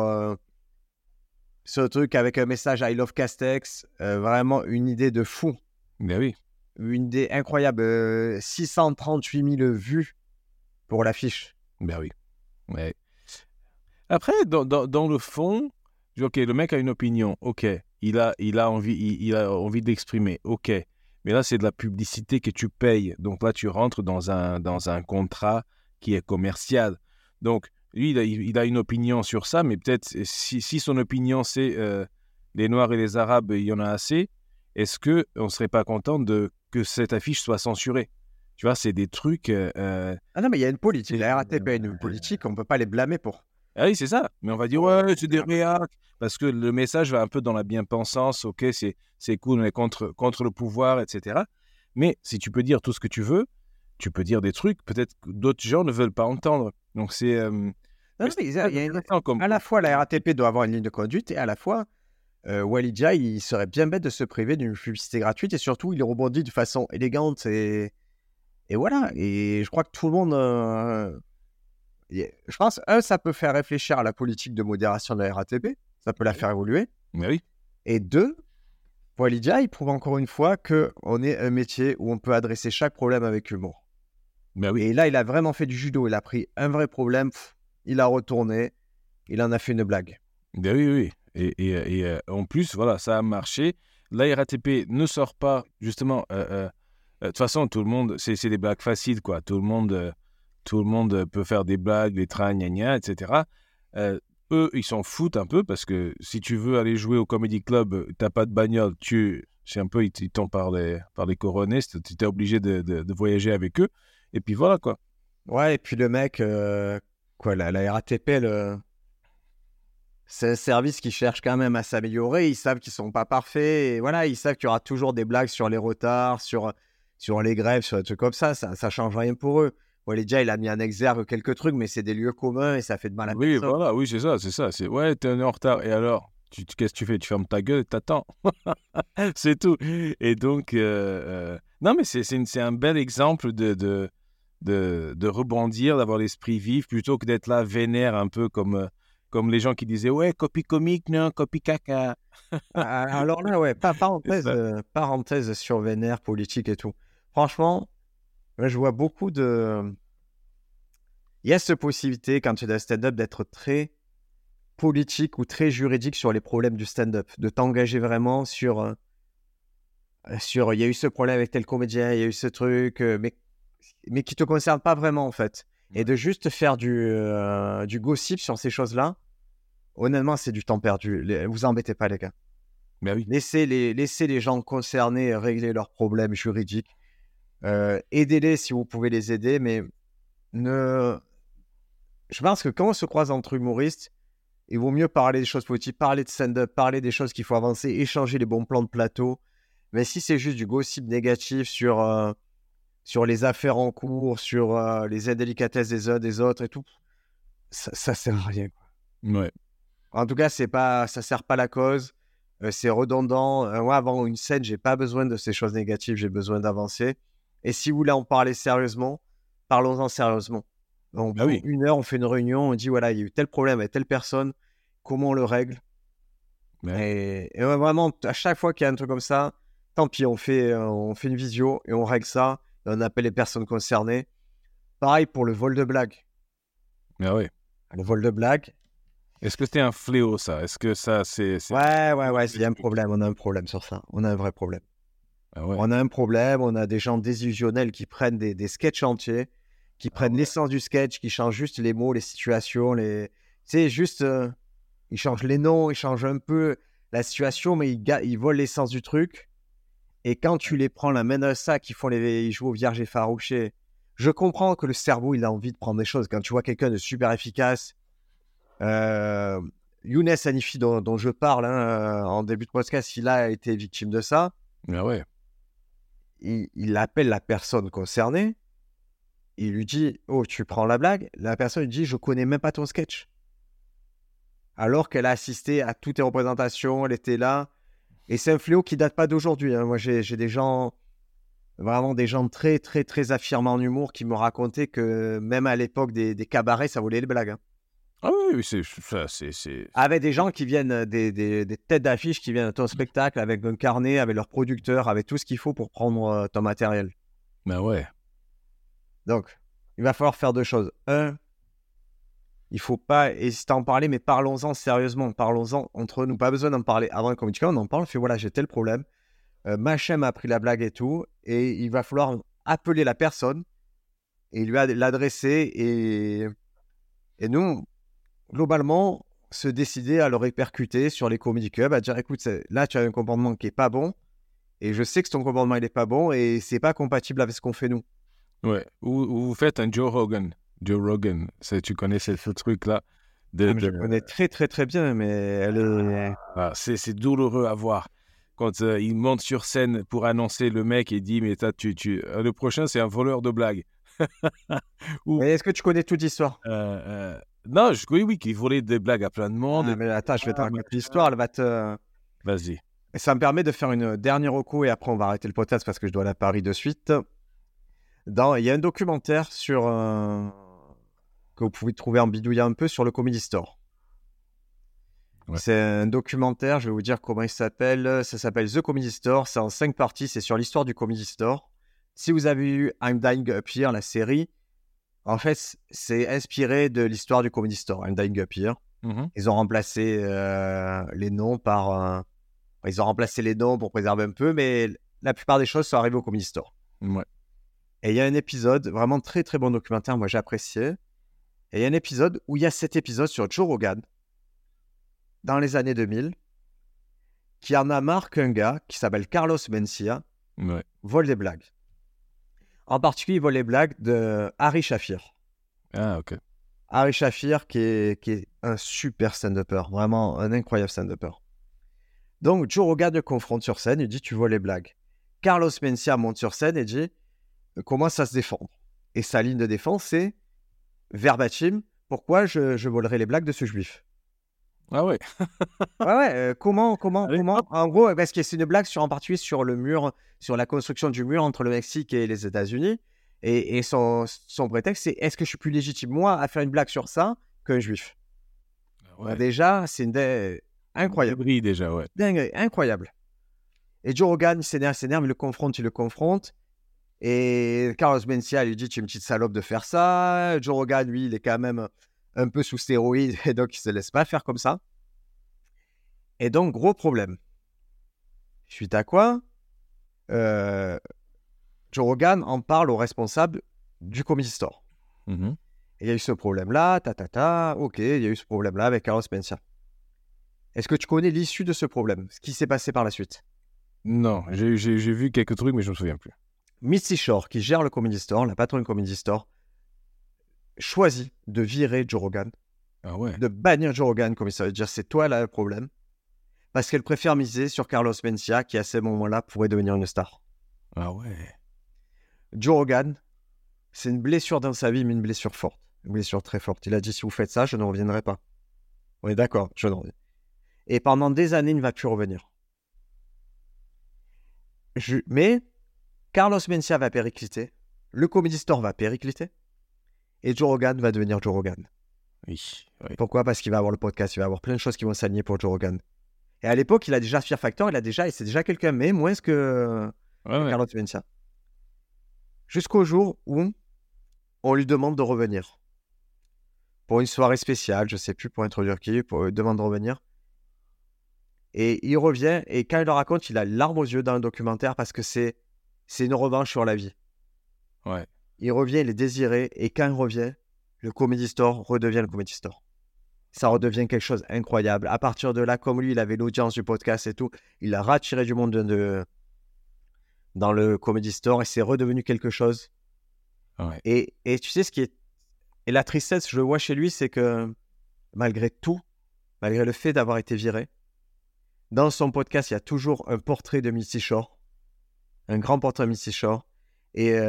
ce truc, avec un message I love Castex. Vraiment une idée de fou. Ben oui. Une idée incroyable. 638 000 vues pour l'affiche. Ben oui. Ouais. Après, dans le fond, ok, le mec a une opinion, ok, il a envie d'exprimer, ok, mais là c'est de la publicité que tu payes, donc là tu rentres dans un contrat qui est commercial. Donc lui, il a une opinion sur ça, mais peut-être si son opinion c'est les Noirs et les Arabes, il y en a assez, est-ce qu'on ne serait pas content que cette affiche soit censurée? Tu vois, c'est des trucs... Ah non, mais il y a une politique. La RATP a une politique, on ne peut pas les blâmer pour. Ah oui, c'est ça. Mais on va dire, ouais, c'est des réacs. Parce que le message va un peu dans la bien-pensance. Ok, c'est cool, on est contre le pouvoir, etc. Mais si tu peux dire tout ce que tu veux, tu peux dire des trucs, peut-être que d'autres gens ne veulent pas entendre. Donc c'est... Non, mais à la fois, la RATP doit avoir une ligne de conduite et à la fois, Walidia, il serait bien bête de se priver d'une publicité gratuite et surtout, il rebondit de façon élégante et voilà. Et je crois que tout le monde... Je pense, ça peut faire réfléchir à la politique de modération de la RATP. Ça peut la faire évoluer. Mais oui. Et 2, Walidia, il prouve encore une fois qu'on est un métier où on peut adresser chaque problème avec humour. Mais oui. Et là, il a vraiment fait du judo. Il a pris un vrai problème, il a retourné, il en a fait une blague. Ben oui, oui. Et en plus, voilà, ça a marché. La RATP ne sort pas, justement... de toute façon, tout le monde... C'est des blagues faciles, quoi. Tout le monde peut faire des blagues, des trains, gna gna, etc. Eux, ils s'en foutent un peu parce que si tu veux aller jouer au Comedy Club, t'as pas de bagnole, c'est un peu, ils t'ont par les coronets, tu es obligé de voyager avec eux. Et puis voilà, quoi. Ouais, et puis le mec, la RATP, c'est un service qui cherche quand même à s'améliorer. Ils savent qu'ils sont pas parfaits. Et voilà, ils savent qu'il y aura toujours des blagues sur les retards, sur les grèves, sur des trucs comme ça. Ça change rien pour eux. Walidia, il a mis en exergue quelques trucs, mais c'est des lieux communs et ça fait de mal à personne. Oui, voilà, oui, c'est ça. Ouais, t'es en retard. Et alors, qu'est-ce que tu fais? Tu fermes ta gueule et t'attends. C'est tout. Et donc, non, mais c'est un bel exemple de rebondir, d'avoir l'esprit vif, plutôt que d'être là vénère un peu comme les gens qui disaient, ouais, copie comique, non, copie caca. Alors là, ouais, parenthèse sur vénère, politique et tout. Franchement, je vois beaucoup de... Il y a cette possibilité, quand tu es dans le stand-up, d'être très politique ou très juridique sur les problèmes du stand-up, de t'engager vraiment sur il y a eu ce problème avec tel comédien, il y a eu ce truc, mais qui te concerne pas vraiment en fait. Et de juste faire du gossip sur ces choses-là, honnêtement, c'est du temps perdu. Vous embêtez pas, les gars. Ben oui. Laissez les gens concernés régler leurs problèmes juridiques. Aidez-les si vous pouvez les aider, mais je pense que quand on se croise entre humoristes, il vaut mieux parler des choses positives, parler de stand-up, parler des choses qu'il faut avancer, échanger les bons plans de plateau. Mais si c'est juste du gossip négatif sur les affaires en cours, sur les indélicatesses des uns des autres et tout, ça sert à rien, quoi. Ouais. En tout cas, ça sert pas la cause. C'est redondant. Moi, avant une scène, j'ai pas besoin de ces choses négatives, j'ai besoin d'avancer. Et si vous voulez en parler sérieusement, parlons-en sérieusement. Donc, oui. 1 heure, on fait une réunion, on dit voilà, il y a eu tel problème avec telle personne, comment on le règle. Ouais. Et vraiment, à chaque fois qu'il y a un truc comme ça, tant pis, on fait une visio et on règle ça. Et on appelle les personnes concernées. Pareil pour le vol de blague. Ah ouais. Le vol de blague. Est-ce que c'était un fléau, ça? Est-ce que ça, c'est... Ouais, il y a un problème. On a un problème sur ça. On a un vrai problème. Ah ouais. On a un problème. On a des gens désillusionnels qui prennent des sketchs entiers, qui prennent l'essence du sketch, qui changent juste les mots, les situations, Tu sais, juste... ils changent les noms, ils changent un peu la situation, mais ils volent l'essence du truc. Et quand tu les prends la main dans le sac, ils jouent au vierge effarouché. Je comprends que le cerveau, il a envie de prendre des choses. Quand tu vois quelqu'un de super efficace, Younes Hanifi dont je parle en début de podcast, il a été victime de ça. Ah ouais. Il appelle la personne concernée. Il lui dit « Oh, tu prends la blague ?» La personne lui dit « Je connais même pas ton sketch. » alors qu'elle a assisté à toutes les représentations, elle était là. Et c'est un fléau qui date pas d'aujourd'hui, hein. Moi, j'ai des gens, vraiment des gens très, très, très affirmés en humour qui me racontaient que même à l'époque des cabarets, ça volait les blagues, hein. Ah oui, c'est... Avec des gens qui viennent, des têtes d'affiche qui viennent à ton spectacle avec un carnet, avec leur producteur, avec tout ce qu'il faut pour prendre ton matériel. Ben ouais. Donc, il va falloir faire deux choses. Un, il faut pas hésiter à en parler, mais parlons-en sérieusement. Parlons-en entre nous. Pas besoin d'en parler avant le communiqué. On en parle, on fait voilà, j'ai tel problème. Machin m'a appris la blague et tout. Et il va falloir appeler la personne et lui l'adresser. Et nous, globalement, se décider à le répercuter sur les comedy clubs, à dire écoute, là, tu as un comportement qui est pas bon. Et je sais que ton comportement, il est pas bon et c'est pas compatible avec ce qu'on fait nous. Ouais. Ou vous faites un Joe Rogan. Joe Rogan, tu connais ce truc-là Je connais très, très, très bien, mais elle est... Ah, c'est douloureux à voir. Quand il monte sur scène pour annoncer le mec et dit mais le prochain c'est un voleur de blagues. Ou, Mais est-ce que tu connais toute l'histoire? non, oui, qu'il volait des blagues à plein de monde. Ah, mais attends, je vais te raconter l'histoire, elle va te... Vas-y. Et ça me permet de faire une dernière reco et après on va arrêter le podcast parce que je dois aller à Paris de suite. Il y a un documentaire que vous pouvez trouver en bidouillant un peu sur le Comedy Store. Ouais. C'est un documentaire, je vais vous dire comment il s'appelle. Ça s'appelle The Comedy Store, c'est en 5 parties, c'est sur l'histoire du Comedy Store. Si vous avez vu I'm Dying Up Here, la série, en fait, c'est inspiré de l'histoire du Comedy Store, I'm Dying Up Here. Mm-hmm. Ils ont remplacé les noms ils ont remplacé les noms pour préserver un peu, mais la plupart des choses sont arrivées au Comedy Store. Ouais. Et il y a un épisode, vraiment très très bon documentaire, moi j'ai apprécié. Et il y a un épisode où il y a cet épisode sur Joe Rogan, dans les années 2000, qui en a marre qu'un gars qui s'appelle Carlos Mencia Ouais. vole des blagues. En particulier, il vole les blagues de Ari Shaffir. Ah, ok. Ari Shaffir qui est un super stand-upper, vraiment un incroyable stand-upper. Donc Joe Rogan le confronte sur scène, il dit tu voles les blagues. Carlos Mencia monte sur scène et dit commence à se défendre. Et sa ligne de défense c'est verbatim, pourquoi je volerais les blagues de ce juif? Ah ouais. Comment Allez, En gros, parce que c'est une blague en particulier sur le mur, sur la construction du mur entre le Mexique et les États-Unis. Et son prétexte, c'est est-ce que je suis plus légitime, moi, à faire une blague sur ça qu'un juif? Ouais. Déjà, c'est une idée incroyable. Brille déjà, ouais. Dingue, incroyable. Et Joe Rogan, il s'énerve, il le confronte. Et Carlos Mencia lui dit tu es une petite salope de faire ça. Joe Rogan, lui, il est quand même un peu sous stéroïdes et donc il se laisse pas faire comme ça. Et donc, gros problème. Suite à quoi, Joe Rogan en parle au responsable du Comedy Store. Mm-hmm. Et il y a eu ce problème-là, ok, il y a eu ce problème-là avec Carlos Mencia. Est-ce que tu connais l'issue de ce problème? Ce qui s'est passé par la suite? Non, j'ai vu quelques trucs, mais je me souviens plus. Mitzi Shore, qui gère le Comedy Store, la patronne du Comedy Store, choisit de virer Joe Rogan, Ah ouais. de bannir Joe Rogan, comme ça veut dire c'est toi là le problème, parce qu'elle préfère miser sur Carlos Mencia, qui à ce moment-là pourrait devenir une star. Ah ouais. Joe Rogan, c'est une blessure dans sa vie, mais une blessure forte, une blessure très forte. Il a dit si vous faites ça, je ne reviendrai pas. On est d'accord, je ne reviens. Et pendant des années, il ne va plus revenir. Mais Carlos Mencia va péricliter, le Comedy Store va péricliter, et Joe Rogan va devenir Joe Rogan. Oui. Pourquoi? Parce qu'il va avoir le podcast, il va avoir plein de choses qui vont s'aligner pour Joe Rogan. Et à l'époque, il a déjà Fear Factor, et c'est déjà quelqu'un, mais moins que Carlos Mencia. Jusqu'au jour où on lui demande de revenir. Pour une soirée spéciale, je ne sais plus pour introduire qui, pour lui demande de revenir. Et il revient, et quand il le raconte, il a les larmes aux yeux dans le documentaire parce que c'est une revanche sur la vie. Ouais. Il revient, il est désiré, et quand il revient, le Comedy Store redevient le Comedy Store. Ça redevient quelque chose d'incroyable. À partir de là, comme lui, il avait l'audience du podcast et tout, il a retiré du monde dans le Comedy Store et c'est redevenu quelque chose. Ouais. Et tu sais ce qui est... Et la tristesse, je le vois chez lui, c'est que malgré tout, malgré le fait d'avoir été viré, dans son podcast, il y a toujours un portrait de Mitzi Shore, un grand portrait de Mitzi Shore. Et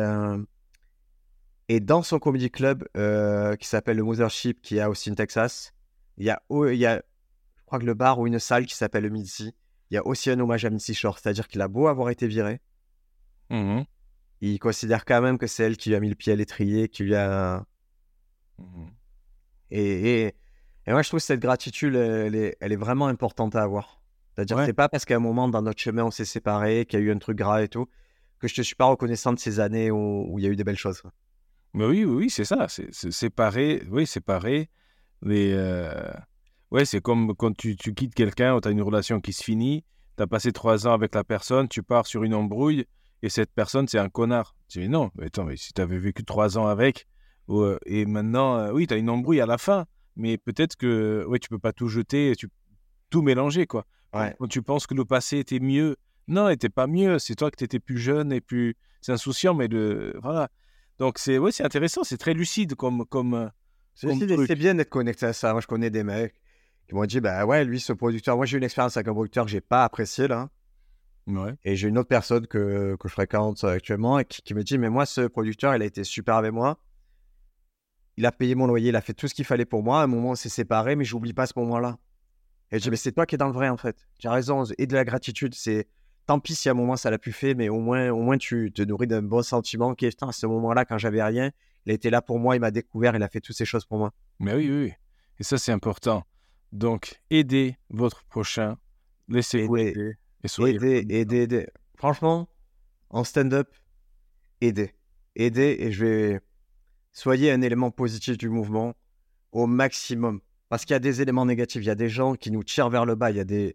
dans son comedy club qui s'appelle le Mothership, qui est à Austin, Texas, il y a crois que le bar ou une salle qui s'appelle le Mitzi, il y a aussi un hommage à Missy Shore. C'est-à-dire qu'il a beau avoir été viré, Mhm. il considère quand même que c'est elle qui lui a mis le pied à l'étrier, qui lui a... Mhm. Et moi, je trouve que cette gratitude, elle est vraiment importante à avoir. C'est-à-dire que Ouais. c'est pas parce qu'à un moment, dans notre chemin, on s'est séparés, qu'il y a eu un truc grave et tout, que je te suis pas reconnaissant de ces années où il y a eu des belles choses. Mais oui, c'est ça. C'est séparer. Oui, séparer. Les, ouais, c'est comme quand tu quittes quelqu'un ou tu as une relation qui se finit. Tu as passé 3 ans avec la personne, tu pars sur une embrouille et cette personne, c'est un connard. Tu dis non, mais attends, mais si tu avais vécu 3 ans avec et maintenant, oui, tu as une embrouille à la fin, mais peut-être que ouais, tu peux pas tout jeter, tout mélanger, quoi. Ouais. Quand tu penses que le passé était mieux, non, il n'était pas mieux. C'est toi que tu étais plus jeune et plus c'est insouciant, mais voilà. Donc, c'est intéressant, c'est très lucide comme Ceci dit, truc. c'est bien d'être connecté à ça. Moi, je connais des mecs qui m'ont dit, bah ouais, lui, ce producteur, moi, j'ai eu une expérience avec un producteur que j'ai pas apprécié, là. Ouais. Et j'ai une autre personne que je fréquente actuellement et qui me dit, mais moi, ce producteur, il a été super avec moi. Il a payé mon loyer, il a fait tout ce qu'il fallait pour moi. À un moment, on s'est séparés, mais j'oublie pas ce moment-là. Et je dis, mais c'est toi qui es dans le vrai, en fait. Tu as raison. Et de la gratitude, c'est tant pis si à un moment ça l'a plus fait, mais au moins tu te nourris d'un bon sentiment qui est, putain, à ce moment-là, quand j'avais rien, il a été là pour moi, il m'a découvert, il a fait toutes ces choses pour moi. Mais oui. Et ça, c'est important. Donc, aidez votre prochain, laissez-vous Aider, aider et soyez aider. Franchement, en stand-up, aider. Aider, et soyez un élément positif du mouvement au maximum. Parce qu'il y a des éléments négatifs, il y a des gens qui nous tirent vers le bas, il y a des...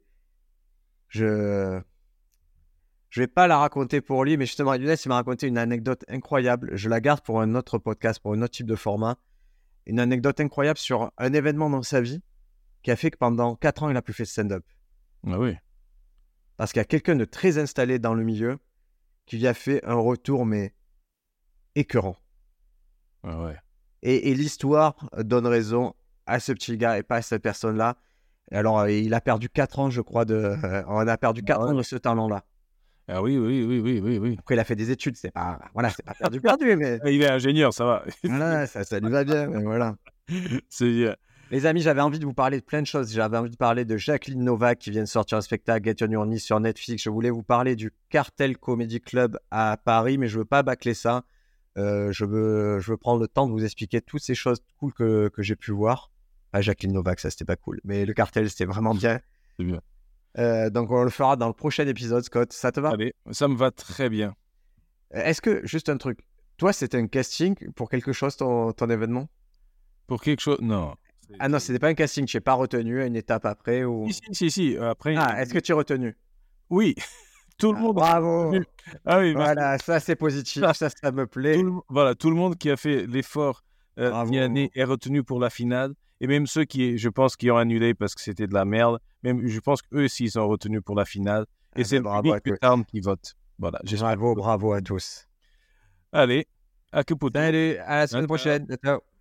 Je vais pas la raconter pour lui, mais justement, Younes, il m'a raconté une anecdote incroyable. Je la garde pour un autre podcast, pour un autre type de format. Une anecdote incroyable sur un événement dans sa vie qui a fait que pendant 4 ans, il a plus fait de stand-up. Ah oui. Parce qu'il y a quelqu'un de très installé dans le milieu qui lui a fait un retour, mais écœurant. Ah ouais. Et l'histoire donne raison à ce petit gars et pas à cette personne-là. Alors, il a perdu 4 ans, je crois, on a perdu 4 ans de ce talent-là. Ah oui. Après, il a fait des études, c'est pas perdu, mais Ah, il est ingénieur, ça va. voilà, ça lui va bien, mais voilà. C'est bien. Les amis, j'avais envie de vous parler de plein de choses. J'avais envie de parler de Jacqueline Novak qui vient de sortir un spectacle Get On Your Knees sur Netflix. Je voulais vous parler du Cartel Comedy Club à Paris, mais je veux pas bâcler ça. Je veux prendre le temps de vous expliquer toutes ces choses cool que j'ai pu voir. Pas Jacqueline Novak, ça c'était pas cool, mais le Cartel c'était vraiment bien. C'est bien. Donc on le fera dans le prochain épisode, Scott. Ça te va? Allez, ça me va très bien. Est-ce que, juste un truc, toi c'était un casting pour quelque chose, ton événement? Pour quelque chose... Non. Ah non, c'était pas un casting, tu n'es pas retenu à une étape après ou... Si. Après... Ah, est-ce que tu es retenu? Oui. Tout le monde... Bravo! Ah oui, merci. Voilà, ça c'est positif, ça me plaît. Voilà, tout le monde qui a fait l'effort Bravo. d'y aller est retenu pour la finale. Et même ceux qui, je pense, qui ont annulé parce que c'était de la merde, même je pense qu'eux aussi, ils sont retenus pour la finale. Et c'est le bravo à public tous. qui vote. Voilà, j'espère. Bravo à tous. Allez, à que pour Salut, à la semaine Ciao. prochaine. Ciao.